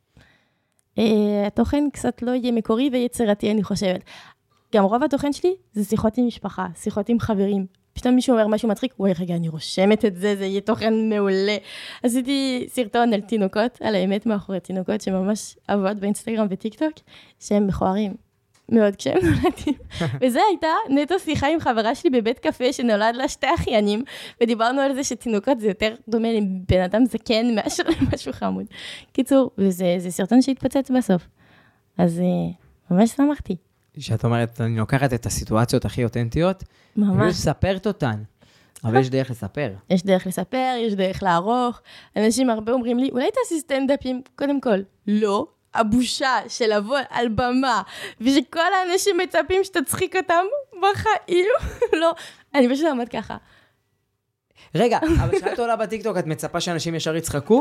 התוכן קצת לא יהיה מקורי ויצירתי, אני חושבת. גם רוב התוכן שלי זה שיחות עם משפחה, שיחות עם חברים. פתאום מישהו אומר משהו מצחיק, וואי רגע, אני רושמת את זה, זה יהיה תוכן מעולה. עשיתי סרטון על תינוקות, על האמת מאחורי תינוקות, שממש עבוד באינסטגרם וטיקטוק, שהם מכוערים מאוד כשהם נולדים. וזה הייתה נטו שיחה עם חברה שלי בבית קפה, שנולד לה 2 אחיינים, ודיברנו על זה שתינוקות זה יותר דומה לבן אדם זקן, מאשר למשהו חמוד. קיצור, וזה סרטון שהתפוצץ בסוף. אז ממש שמחתי. שאת אומרת, אני לוקחת את הסיטואציות הכי אותנטיות, ממש. וספרת אותן. אבל יש דרך לספר. יש דרך לספר, יש דרך לערוך. אנשים הרבה אומרים לי, אולי תעשי סטנדאפים? קודם כל, לא. הבושה של לבוא על במה, ושכל האנשים מצפים שתצחיק אותם בחיים, לא. אני פשוט עמד ככה. רגע, אבל כשאת עולה בטיקטוק, את מצפה שאנשים ישר יצחקו?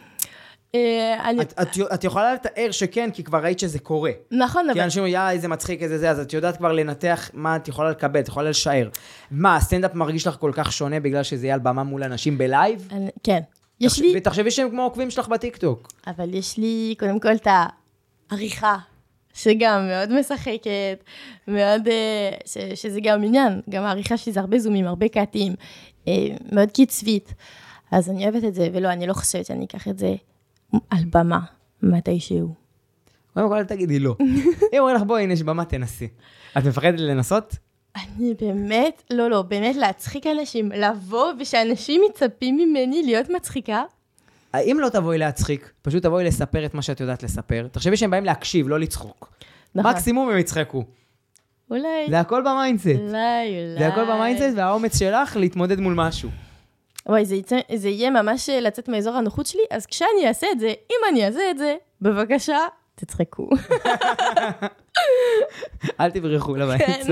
את יכולה לתאר שכן, כי כבר ראית שזה קורה. נכון, כי אנשים אומרים, איזה מצחיק, איזה זה, אז את יודעת כבר לנתח מה את יכולה לקבל, את יכולה לשער. מה, הסטנדאפ מרגיש לך כל כך שונה בגלל שזה יהיה על במה מול אנשים בלייב? כן. ותחשבי שהם כמו עוקבים שלך בטיקטוק. אבל יש לי קודם כל את העריכה, שגם מאוד משחקת, מאוד, שזה גם עניין. גם העריכה שלי זה הרבה זומים, הרבה קטעים, מאוד קצבית. אז אני אוהבת את זה, ולא, אני לא חושבת שאני אקח את זה על במה, מתישהו. קודם כל, תגידי לא. אם אומר לך, בואי, הנה יש במה, תנסי. את מפחדת לנסות? אני באמת, לא, באמת להצחיק אנשים, לבוא ושאנשים מצפים ממני להיות מצחיקה. אם לא תבואי להצחיק, פשוט תבואי לספר את מה שאת יודעת לספר. תחשבי שהם באים להקשיב, לא לצחוק. מקסימום הם יצחקו. אולי. זה הכל במיינדסט. אולי. זה הכל במיינדסט, והאומץ שלך להתמודד מול משהו. וואי, זה יהיה ממש לצאת מאזור הנוחות שלי, אז כשאני אעשה את זה, אם אני אעשה את זה, בבקשה, תצחקו. אל תברחו לבאמצע.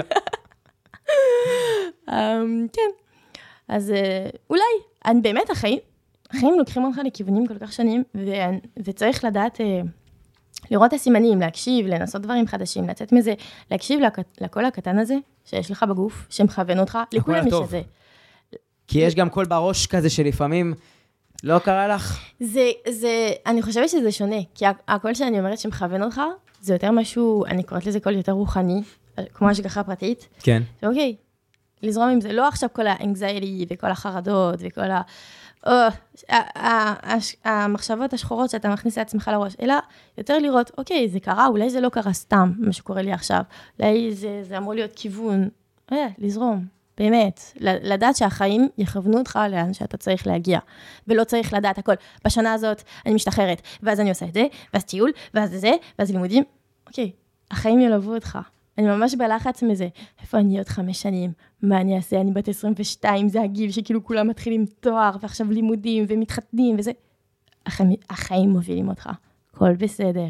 כן. אז אולי, אני באמת, החיים לוקחים אותך לכיוונים כל כך שונים, וצריך לדעת לראות את הסימנים, להקשיב, לנסות דברים חדשים, לצאת מזה, להקשיב לקול הקטן הזה שיש לך בגוף, שמכוון אותך, לכולם יש את זה. כי יש גם קול בראש כזה שלפעמים לא קרה לך? אני חושבת שזה שונה, כי הקול שאני אומרת שמכוון אותך, זה יותר משהו, אני קוראת לזה קול יותר רוחני, כמו השגחה פרטית. כן. אוקיי, לזרום עם זה, לא עכשיו כל האנגזייטי וכל החרדות וכל המחשבות השחורות שאתה מכניס לעצמך לראש, אלא יותר לראות, אוקיי, זה קרה, אולי זה לא קרה סתם, מה שקורה לי עכשיו, אולי זה אמור להיות כיוון, לזרום, באמת, לדעת שהחיים יכוונו אותך לאן שאתה צריך להגיע, ולא צריך לדעת הכל. בשנה הזאת אני משתחררת, ואז אני עושה את זה, ואז טיול, ואז זה, ואז לימודים, אוקיי, החיים ילוו אותך. אני ממש בלחץ מזה, איפה אני עוד 5 שנים, מה אני אעשה, אני בת 22, זה הגיל שכאילו כולם מתחילים תואר, ועכשיו לימודים ומתחתנים וזה. החיים מובילים אותך, הכל בסדר.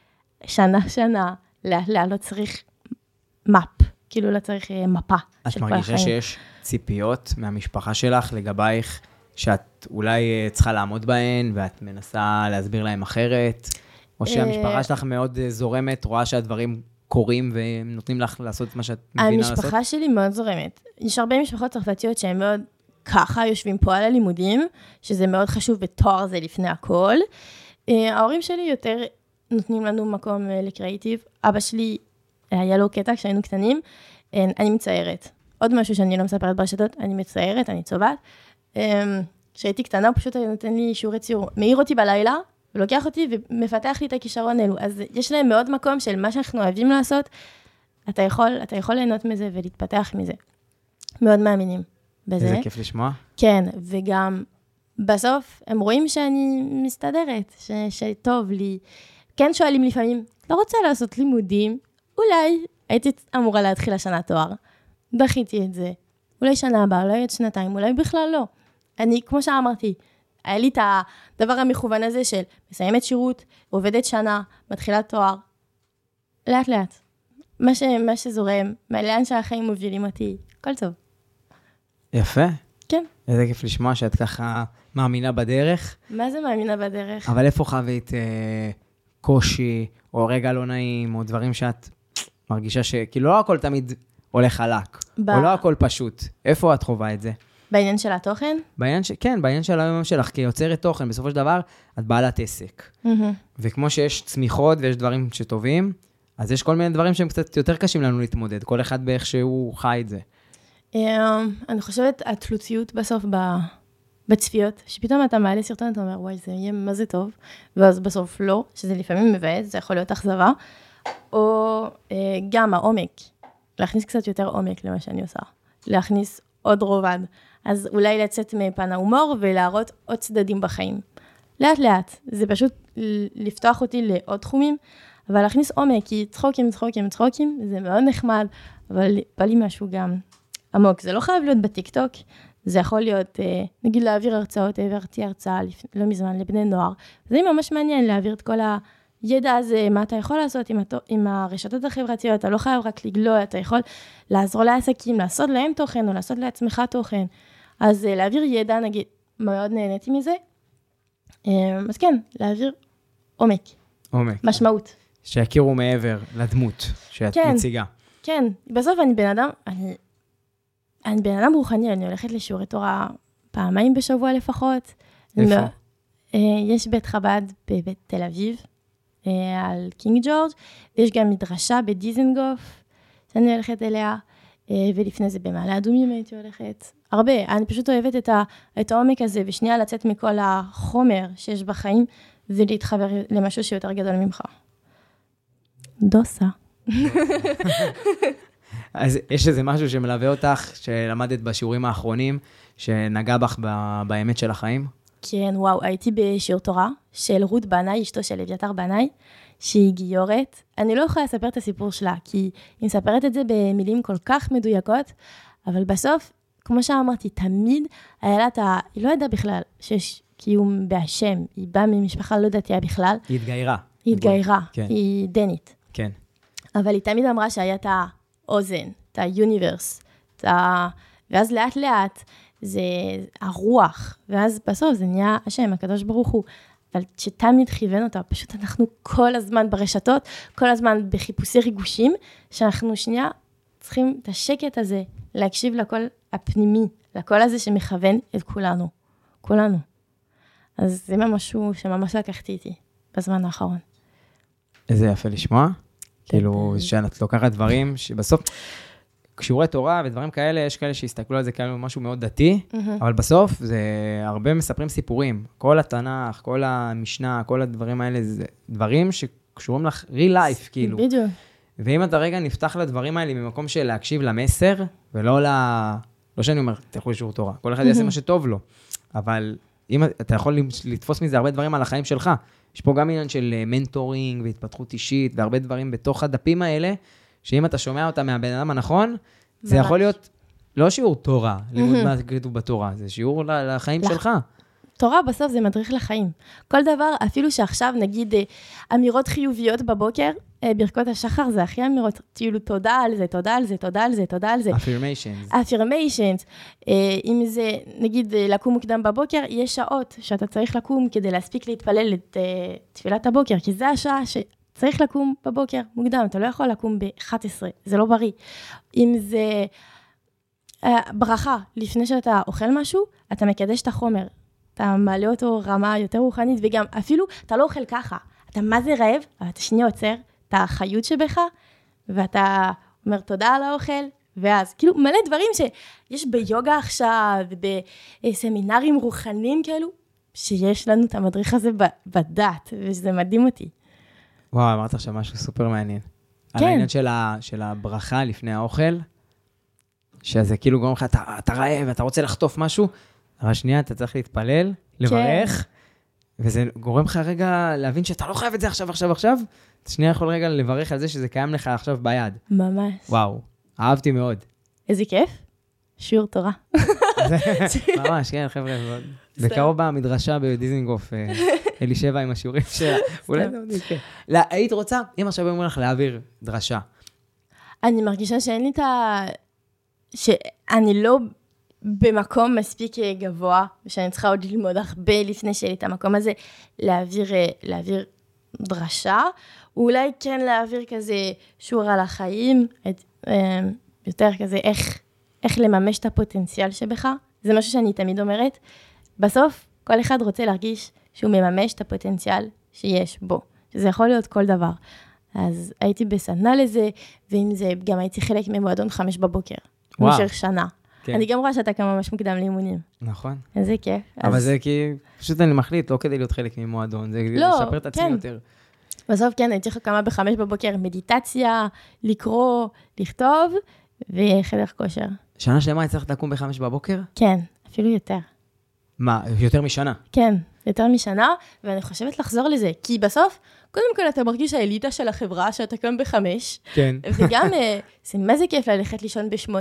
שנה, לא צריך מפ, כאילו לא צריך מפה של כל החיים. את מרגישה שיש ציפיות מהמשפחה שלך לגבייך, שאת אולי צריכה לעמוד בהן, ואת מנסה להסביר להם אחרת, או שהמשפחה שלך מאוד זורמת, רואה שהדברים קוראים ונותנים לך לעשות את מה שאת מבינה לעשות? המשפחה שלי מאוד זורמת. יש הרבה משפחות צרפתיות שהן מאוד ככה יושבים פה על הלימודים, שזה מאוד חשוב, ותואר זה לפני הכל. ההורים שלי יותר נותנים לנו מקום לקריאיטיב. אבא שלי היה לו קטע כשהיינו קטנים, אני מציירת. עוד משהו שאני לא מספרת ברשתות, אני מציירת, אני צובעת. כשהייתי קטנה, הוא פשוט נותן לי שיעורי ציור. מעיר אותי בלילה, ולוקח אותי ומפתח לי את הכישרון אלו. אז יש להם מאוד מקום של מה שאנחנו אוהבים לעשות, אתה יכול ליהנות מזה ולהתפתח מזה. מאוד מאמינים בזה. איזה כיף לשמוע. כן, וגם בסוף הם רואים שאני מסתדרת, שטוב לי. כן שואלים לפעמים, לא רוצה לעשות לימודים, אולי הייתי אמורה להתחיל השנה תואר. דחיתי את זה. אולי שנה הבאה, אולי עוד 2, אולי בכלל לא. אני, כמו שאמרתי, היה לי את הדבר המכוון הזה של מסיימת שירות, עובדת שנה, מתחילה תואר, לאט לאט. מה שזורם, לאן שהחיים מובילים אותי, הכל טוב. יפה. כן. איזה כיף לשמוע שאת ככה מאמינה בדרך. מה זה מאמינה בדרך? אבל איפה חווית קושי, או רגע לא נעים, או דברים שאת מרגישה שכאילו לא הכל תמיד הולך חלק, או לא הכל פשוט. איפה את חווה את זה? בעניין של התוכן? כן, בעניין של היום שלך, כי יוצרת תוכן, בסופו של דבר, את בעלת עסק. וכמו שיש צמיחות ויש דברים שטובים, אז יש כל מיני דברים שהם קצת יותר קשים לנו להתמודד, כל אחד באיך שהוא חי את זה. אני חושבת, התלותיות בסוף בצפיות, שפתאום אתה מעלה סרטון, אתה אומר, וואי, זה יהיה מה זה טוב, ואז בסוף לא, שזה לפעמים מבאס, זה יכול להיות אכזבה, או גם העומק, להכניס קצת יותר עומק למה שאני עושה, להכניס עוד רובד, אז אולי לצאת מפן ההומור ולהראות עוד צדדים בחיים. לאט לאט, זה פשוט לפתוח אותי לעוד תחומים, אבל להכניס עומק, כי צחוקים, זה מאוד נחמד, אבל בא לי משהו גם עמוק. זה לא חייב להיות בטיקטוק, זה יכול להיות, נגיד להעביר הרצאות, העברתי הרצאה לא מזמן לבני נוער, זה ממש מעניין להעביר את כל הידע הזה, מה אתה יכול לעשות עם הרשתות החברתיות, אתה לא חייב רק לגלוע, אתה יכול לעזור לעסקים, לעשות להם תוכן, או לעשות לעצמך תוכן. אז להעביר ידע, נגיד, מאוד נהניתי מזה. אז כן, להעביר עומק. משמעות. שיכירו מעבר לדמות שאת מציגה. כן, בסוף אני בן אדם רוחני, אני הולכת לשיעורי תורה 2 בשבוע לפחות. איפה? יש בית חב"ד בבית תל אביב, על קינג ג'ורג', ויש גם מדרשה בדיזנגוף, שאני הולכת אליה, ולפני זה במעלה אדומים הייתי הולכת. הרבה, אני פשוט אוהבת את העומק הזה, ושנייה לצאת מכל החומר שיש בחיים, ולהתחבר למשהו שיותר גדול ממך. דוסה. אז יש איזה משהו שמלווה אותך, שלמדת בשיעורים האחרונים, שנגע בך באמת של החיים? כן, וואו, הייתי בשיעור תורה של רות בנאי, אשתו של אביתר בנאי, שהיא גיורת. אני לא יכולה לספר את הסיפור שלה, כי היא מספרת את זה במילים כל כך מדויקות, אבל בסוף, כמו שאמרתי, תמיד היה לה היא לא ידעה בכלל שיש קיום בהשם, היא באה ממשפחה לא דתייה בכלל. היא התגיירה, כן. היא דנית. כן. אבל היא תמיד אמרה שהיה את האוזן, את היוניברס, ואז לאט לאט זה הרוח, ואז בסוף זה נהיה השם, הקדוש ברוך הוא, אבל שתמיד כיוון אותה, פשוט אנחנו כל הזמן ברשתות, כל הזמן בחיפושי ריגושים, שאנחנו שנייה צריכים את השקט הזה, להקשיב לקול הפנימי, לקול הזה שמכוון את כולנו. אז זה משהו שממש לקחתי איתי בזמן האחרון. איזה יפה לשמוע. כאילו, שאת לוקחת דברים שבסוף, שיעורי תורה ודברים כאלה, יש כאלה שהסתכלו על זה כאילו משהו מאוד דתי, אבל בסוף זה הרבה מספרים סיפורים. כל התנ"ך, כל המשנה, כל הדברים האלה, זה דברים שקשורים לך real life, כאילו. בדיוק. ואם אתה רגע נפתח לדברים האלה ממקום של להקשיב למסר, ולא לא שאני אומר, תלכו לשיעור תורה. כל אחד יעשה מה שטוב לו. אבל אם אתה יכול לתפוס מזה הרבה דברים על החיים שלך, יש פה גם עניין של מנטורינג והתפתחות אישית, והרבה דברים בתוך הדפים האלה, שאם אתה שומע אותם מהבן אדם הנכון, זה יכול להיות לא שיעור תורה, לימוד מה כתוב בתורה, זה שיעור לחיים שלך. תורה בסוף זה מדריך לחיים. כל דבר, אפילו שעכשיו נגיד אמירות חיוביות בבוקר, ברכות השחר זה הכי אמירות, כאילו תודה על זה, תודה על זה, תודה על זה, תודה על זה. affirmations. affirmations. אם זה נגיד לקום מוקדם בבוקר, יש שעות שאתה צריך לקום כדי להספיק להתפלל את תפילת הבוקר, כי זה השעה שצריך לקום בבוקר מוקדם, אתה לא יכול לקום ב-11, זה לא בריא. אם זה ברכה, לפני שאתה אוכל משהו, אתה מקדש את החומר. אתה מעלה אותו רמה יותר רוחנית, וגם אפילו אתה לא אוכל ככה. אתה מה זה רעב, אבל אתה שנייה עוצר את החיות שבך, ואתה אומר תודה על האוכל, ואז כאילו מלא דברים שיש ביוגה עכשיו, בסמינרים רוחניים כאלו, שיש לנו את המדריך הזה בדת, וזה מדהים אותי. וואו, אמרת עכשיו משהו סופר מעניין. כן. על העניין של הברכה לפני האוכל, שזה כאילו גורם לך, אתה רעב, אתה רוצה לחטוף משהו, אבל שנייה, אתה צריך להתפלל, לברך, וזה גורם לך רגע להבין שאתה לא חייב את זה עכשיו, אתה שנייה יכול רגע לברך על זה שזה קיים לך עכשיו ביד. ממש. וואו, אהבתי מאוד. איזה כיף. שיעור תורה. ממש, כן, חבר'ה. בקרוב במדרשה בדיזינגוף, אלישבע עם השיעורים שלה. אולי זה עוד יקרה. היית רוצה, אם עכשיו אומר לך להעביר דרשה. אני מרגישה שאין לי שאני לא במקום מספיק גבוה, ושאני צריכה עוד ללמוד הרבה לפני שיהיה לי את המקום הזה, להעביר דרשה, אולי כן להעביר כזה שיעור על החיים, יותר כזה איך לממש את הפוטנציאל שבך, זה משהו שאני תמיד אומרת, בסוף כל אחד רוצה להרגיש שהוא מממש את הפוטנציאל שיש בו, שזה יכול להיות כל דבר. אז הייתי בסדנה לזה, ועם זה גם הייתי חלק ממועדון 5 בבוקר, במשך שנה. כן. אני גם רואה שאתה כמה ממש מוקדם לאימונים. נכון. איזה כיף. אבל זה כי, פשוט אני מחליט, לא כדי להיות חלק ממועדון, זה לשפר את עצמי יותר. בסוף כן, הייתי כמה ב5 בבוקר, מדיטציה, לקרוא, לכתוב, וחדר כושר. שנה שלמה הצלחת לקום ב5 בבוקר? כן, אפילו יותר. מה, יותר משנה? כן, יותר משנה, ואני חושבת לחזור לזה, כי בסוף, קודם כל אתה מרגיש האליטה של החברה, שאתה קם ב5, כן. וגם, זה מה זה כיף ללכת לישון ב8.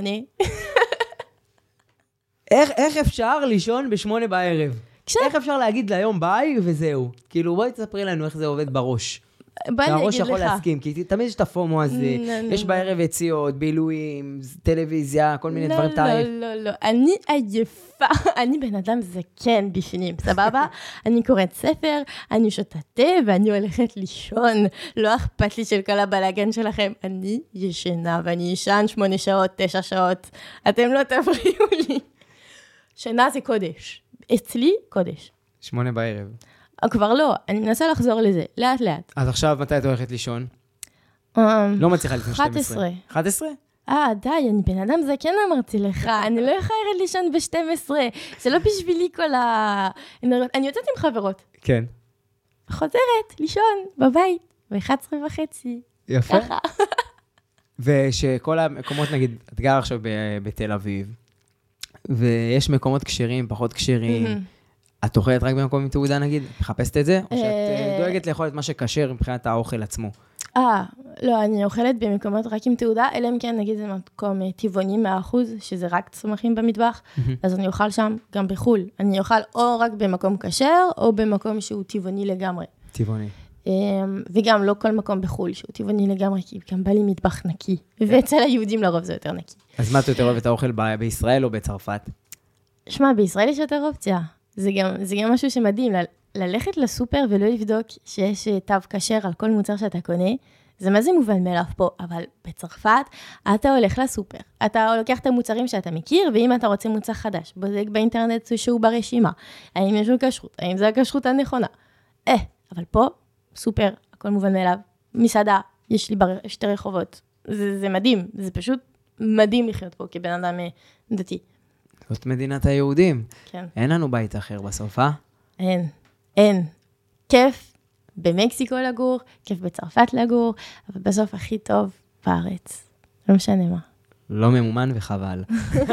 איך אפשר לישון ב8 בערב? איך אפשר להגיד ליום ביי וזהו? כאילו, בואי תספרי לנו איך זה עובד בראש. שהראש יכול להסכים, כי תמיד יש את הפומו הזה, יש בערב יציאות, בילויים, טלוויזיה, כל מיני דברים טעיף. לא, אני עייפה, אני בן אדם זקן בפנים, סבבה? אני קוראת ספר, אני שותה תה, ואני הולכת לישון, לא אכפת לי של כל הבלגן שלכם, אני ישנה, ואני ישן 8 שעות, 9 שעות, אתם לא תפריעו לי. שינה זה קודש, אצלי קודש. 8 בערב. כבר לא, אני מנסה לחזור לזה, לאט לאט. אז עכשיו מתי את הולכת לישון? לא מצליחה לפני 12. 11? די, אני בן אדם זקן אמרתי לך, אני לא יכולה לישון ב-12, זה לא בשבילי כל אני יוצאת עם חברות. כן. חוזרת לישון בבית, ב-11:30. יפה. ככה. ושכל המקומות, נגיד, את גר עכשיו בתל אביב, ויש מקומות כשרים, פחות כשרים, את אוכלת רק במקום עם תעודה, נגיד? מחפשת את זה? או שאת דואגת לאכול את מה שקשר מבחינת האוכל עצמו? לא, אני אוכלת במקומות רק עם תעודה, אלא אם כן, נגיד, זה מקום טבעוני 100%, שזה רק צמחים במטבח, אז אני אוכל שם גם בחול. אני אוכל או רק במקום כשר, או במקום שהוא טבעוני לגמרי. טבעוני. וגם לא כל מקום בחול, שהוא טבעוני לגמרי, כי גם בא לי מטבח נקי. ואצל היהודים לרוב זה יותר נקי. אז מה את יותר אוהבת האוכל בישראל או בצרפת? שמע, בישראל יש יותר אופציה. זה גם משהו שמדהים, ללכת לסופר ולא לבדוק שיש תו כשר על כל מוצר שאתה קונה, זה מה זה מובן מאליו פה, אבל בצרפת אתה הולך לסופר, אתה לוקח את המוצרים שאתה מכיר, ואם אתה רוצה מוצר חדש, בודק באינטרנט שהוא ברשימה, האם יש לו כשרות, האם זה הכשרות הנכונה. אבל פה, סופר, הכל מובן מאליו, מסעדה, יש לי 2 רחובות, זה מדהים, זה פשוט מדהים לחיות פה כבן אדם דתי. זאת מדינת היהודים. כן. אין לנו בית אחר בסוף, אין. כיף במקסיקו לגור, כיף בצרפת לגור, אבל בסוף הכי טוב בארץ. לא משנה מה. לא ממומן וחבל.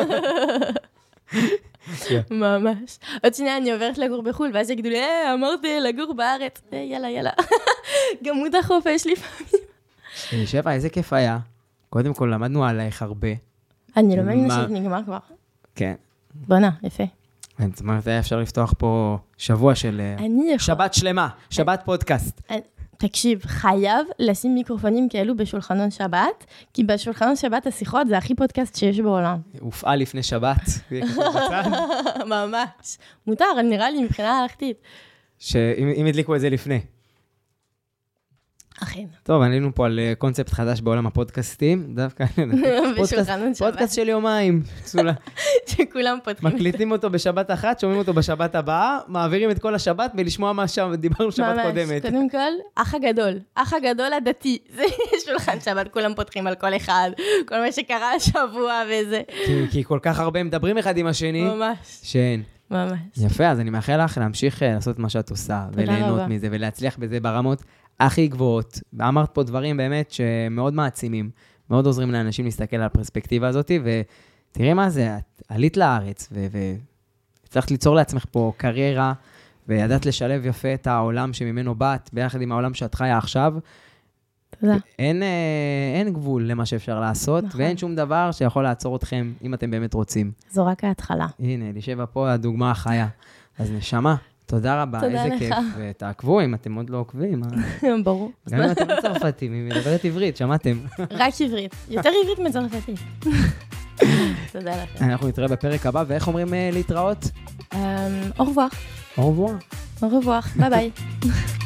ממש. עוד שנייה אני עוברת לגור בחול, ואז יגידו לי, אמרתי לגור בארץ. יאללה. גמות החופש לפעמים. שבע, איזה כיף היה. קודם כל, למדנו עלייך הרבה. אני לא מאמינה שנגמר כבר. כן. בונה, יפה. זאת אומרת, היה אפשר לפתוח פה שבוע של שבת שלמה, שבת פודקאסט. תקשיב, חייב לשים מיקרופונים כאלו בשולחנון שבת, כי בשולחנון שבת השיחות זה הכי פודקאסט שיש בעולם. הופעל לפני שבת. ממש. מותר, נראה לי מבחינה הלכתית. שאם הדליקו את זה לפני. אכן. טוב, עלינו פה על קונספט חדש בעולם הפודקאסטים, דווקא בשולחנון שבת. פודקאסט של יומיים. שכולם פותחים. מקליטים אותו בשבת אחת, שומעים אותו בשבת הבאה, מעבירים את כל השבת ולשמוע מה דיברנו שבת קודמת. קודם כל, אח הגדול הדתי, זה שולחן שבת, כולם פותחים על כל אחד, כל מה שקרה השבוע וזה. כי כל כך הרבה מדברים אחד עם השני. ממש. שאין. ממש. יפה, אז אני מאחל לך להמשיך לעשות מה שאת עושה, וליהנות מזה, ולהצליח בזה ברמות הכי גבוהות. ואמרת פה דברים באמת שמאוד מעצימים, מאוד עוזרים לאנשים להסתכל על הפרספקטיבה הזאת, ותראי מה זה, את עלית לארץ, וצריך ליצור לעצמך פה קריירה, וידעת לשלב יפה את העולם שממנו באת, ביחד עם העולם שאת חיה עכשיו. תודה. אין גבול למה שאפשר לעשות, נכון. ואין שום דבר שיכול לעצור אתכם, אם אתם באמת רוצים. זו רק ההתחלה. הנה, לישבע פה הדוגמה החיה. אז נשמה. תודה רבה, תודה איזה לך. כיף. ותעקבו אם אתם עוד לא עוקבים. ברור. גם אם אתם לא צרפתים, היא מדברת עברית, שמעתם? רק עברית. יותר עברית מצרפתית. תודה לכם. אנחנו נתראה בפרק הבא, ואיך אומרים להתראות? au revoir. au revoir. au revoir. ביי ביי.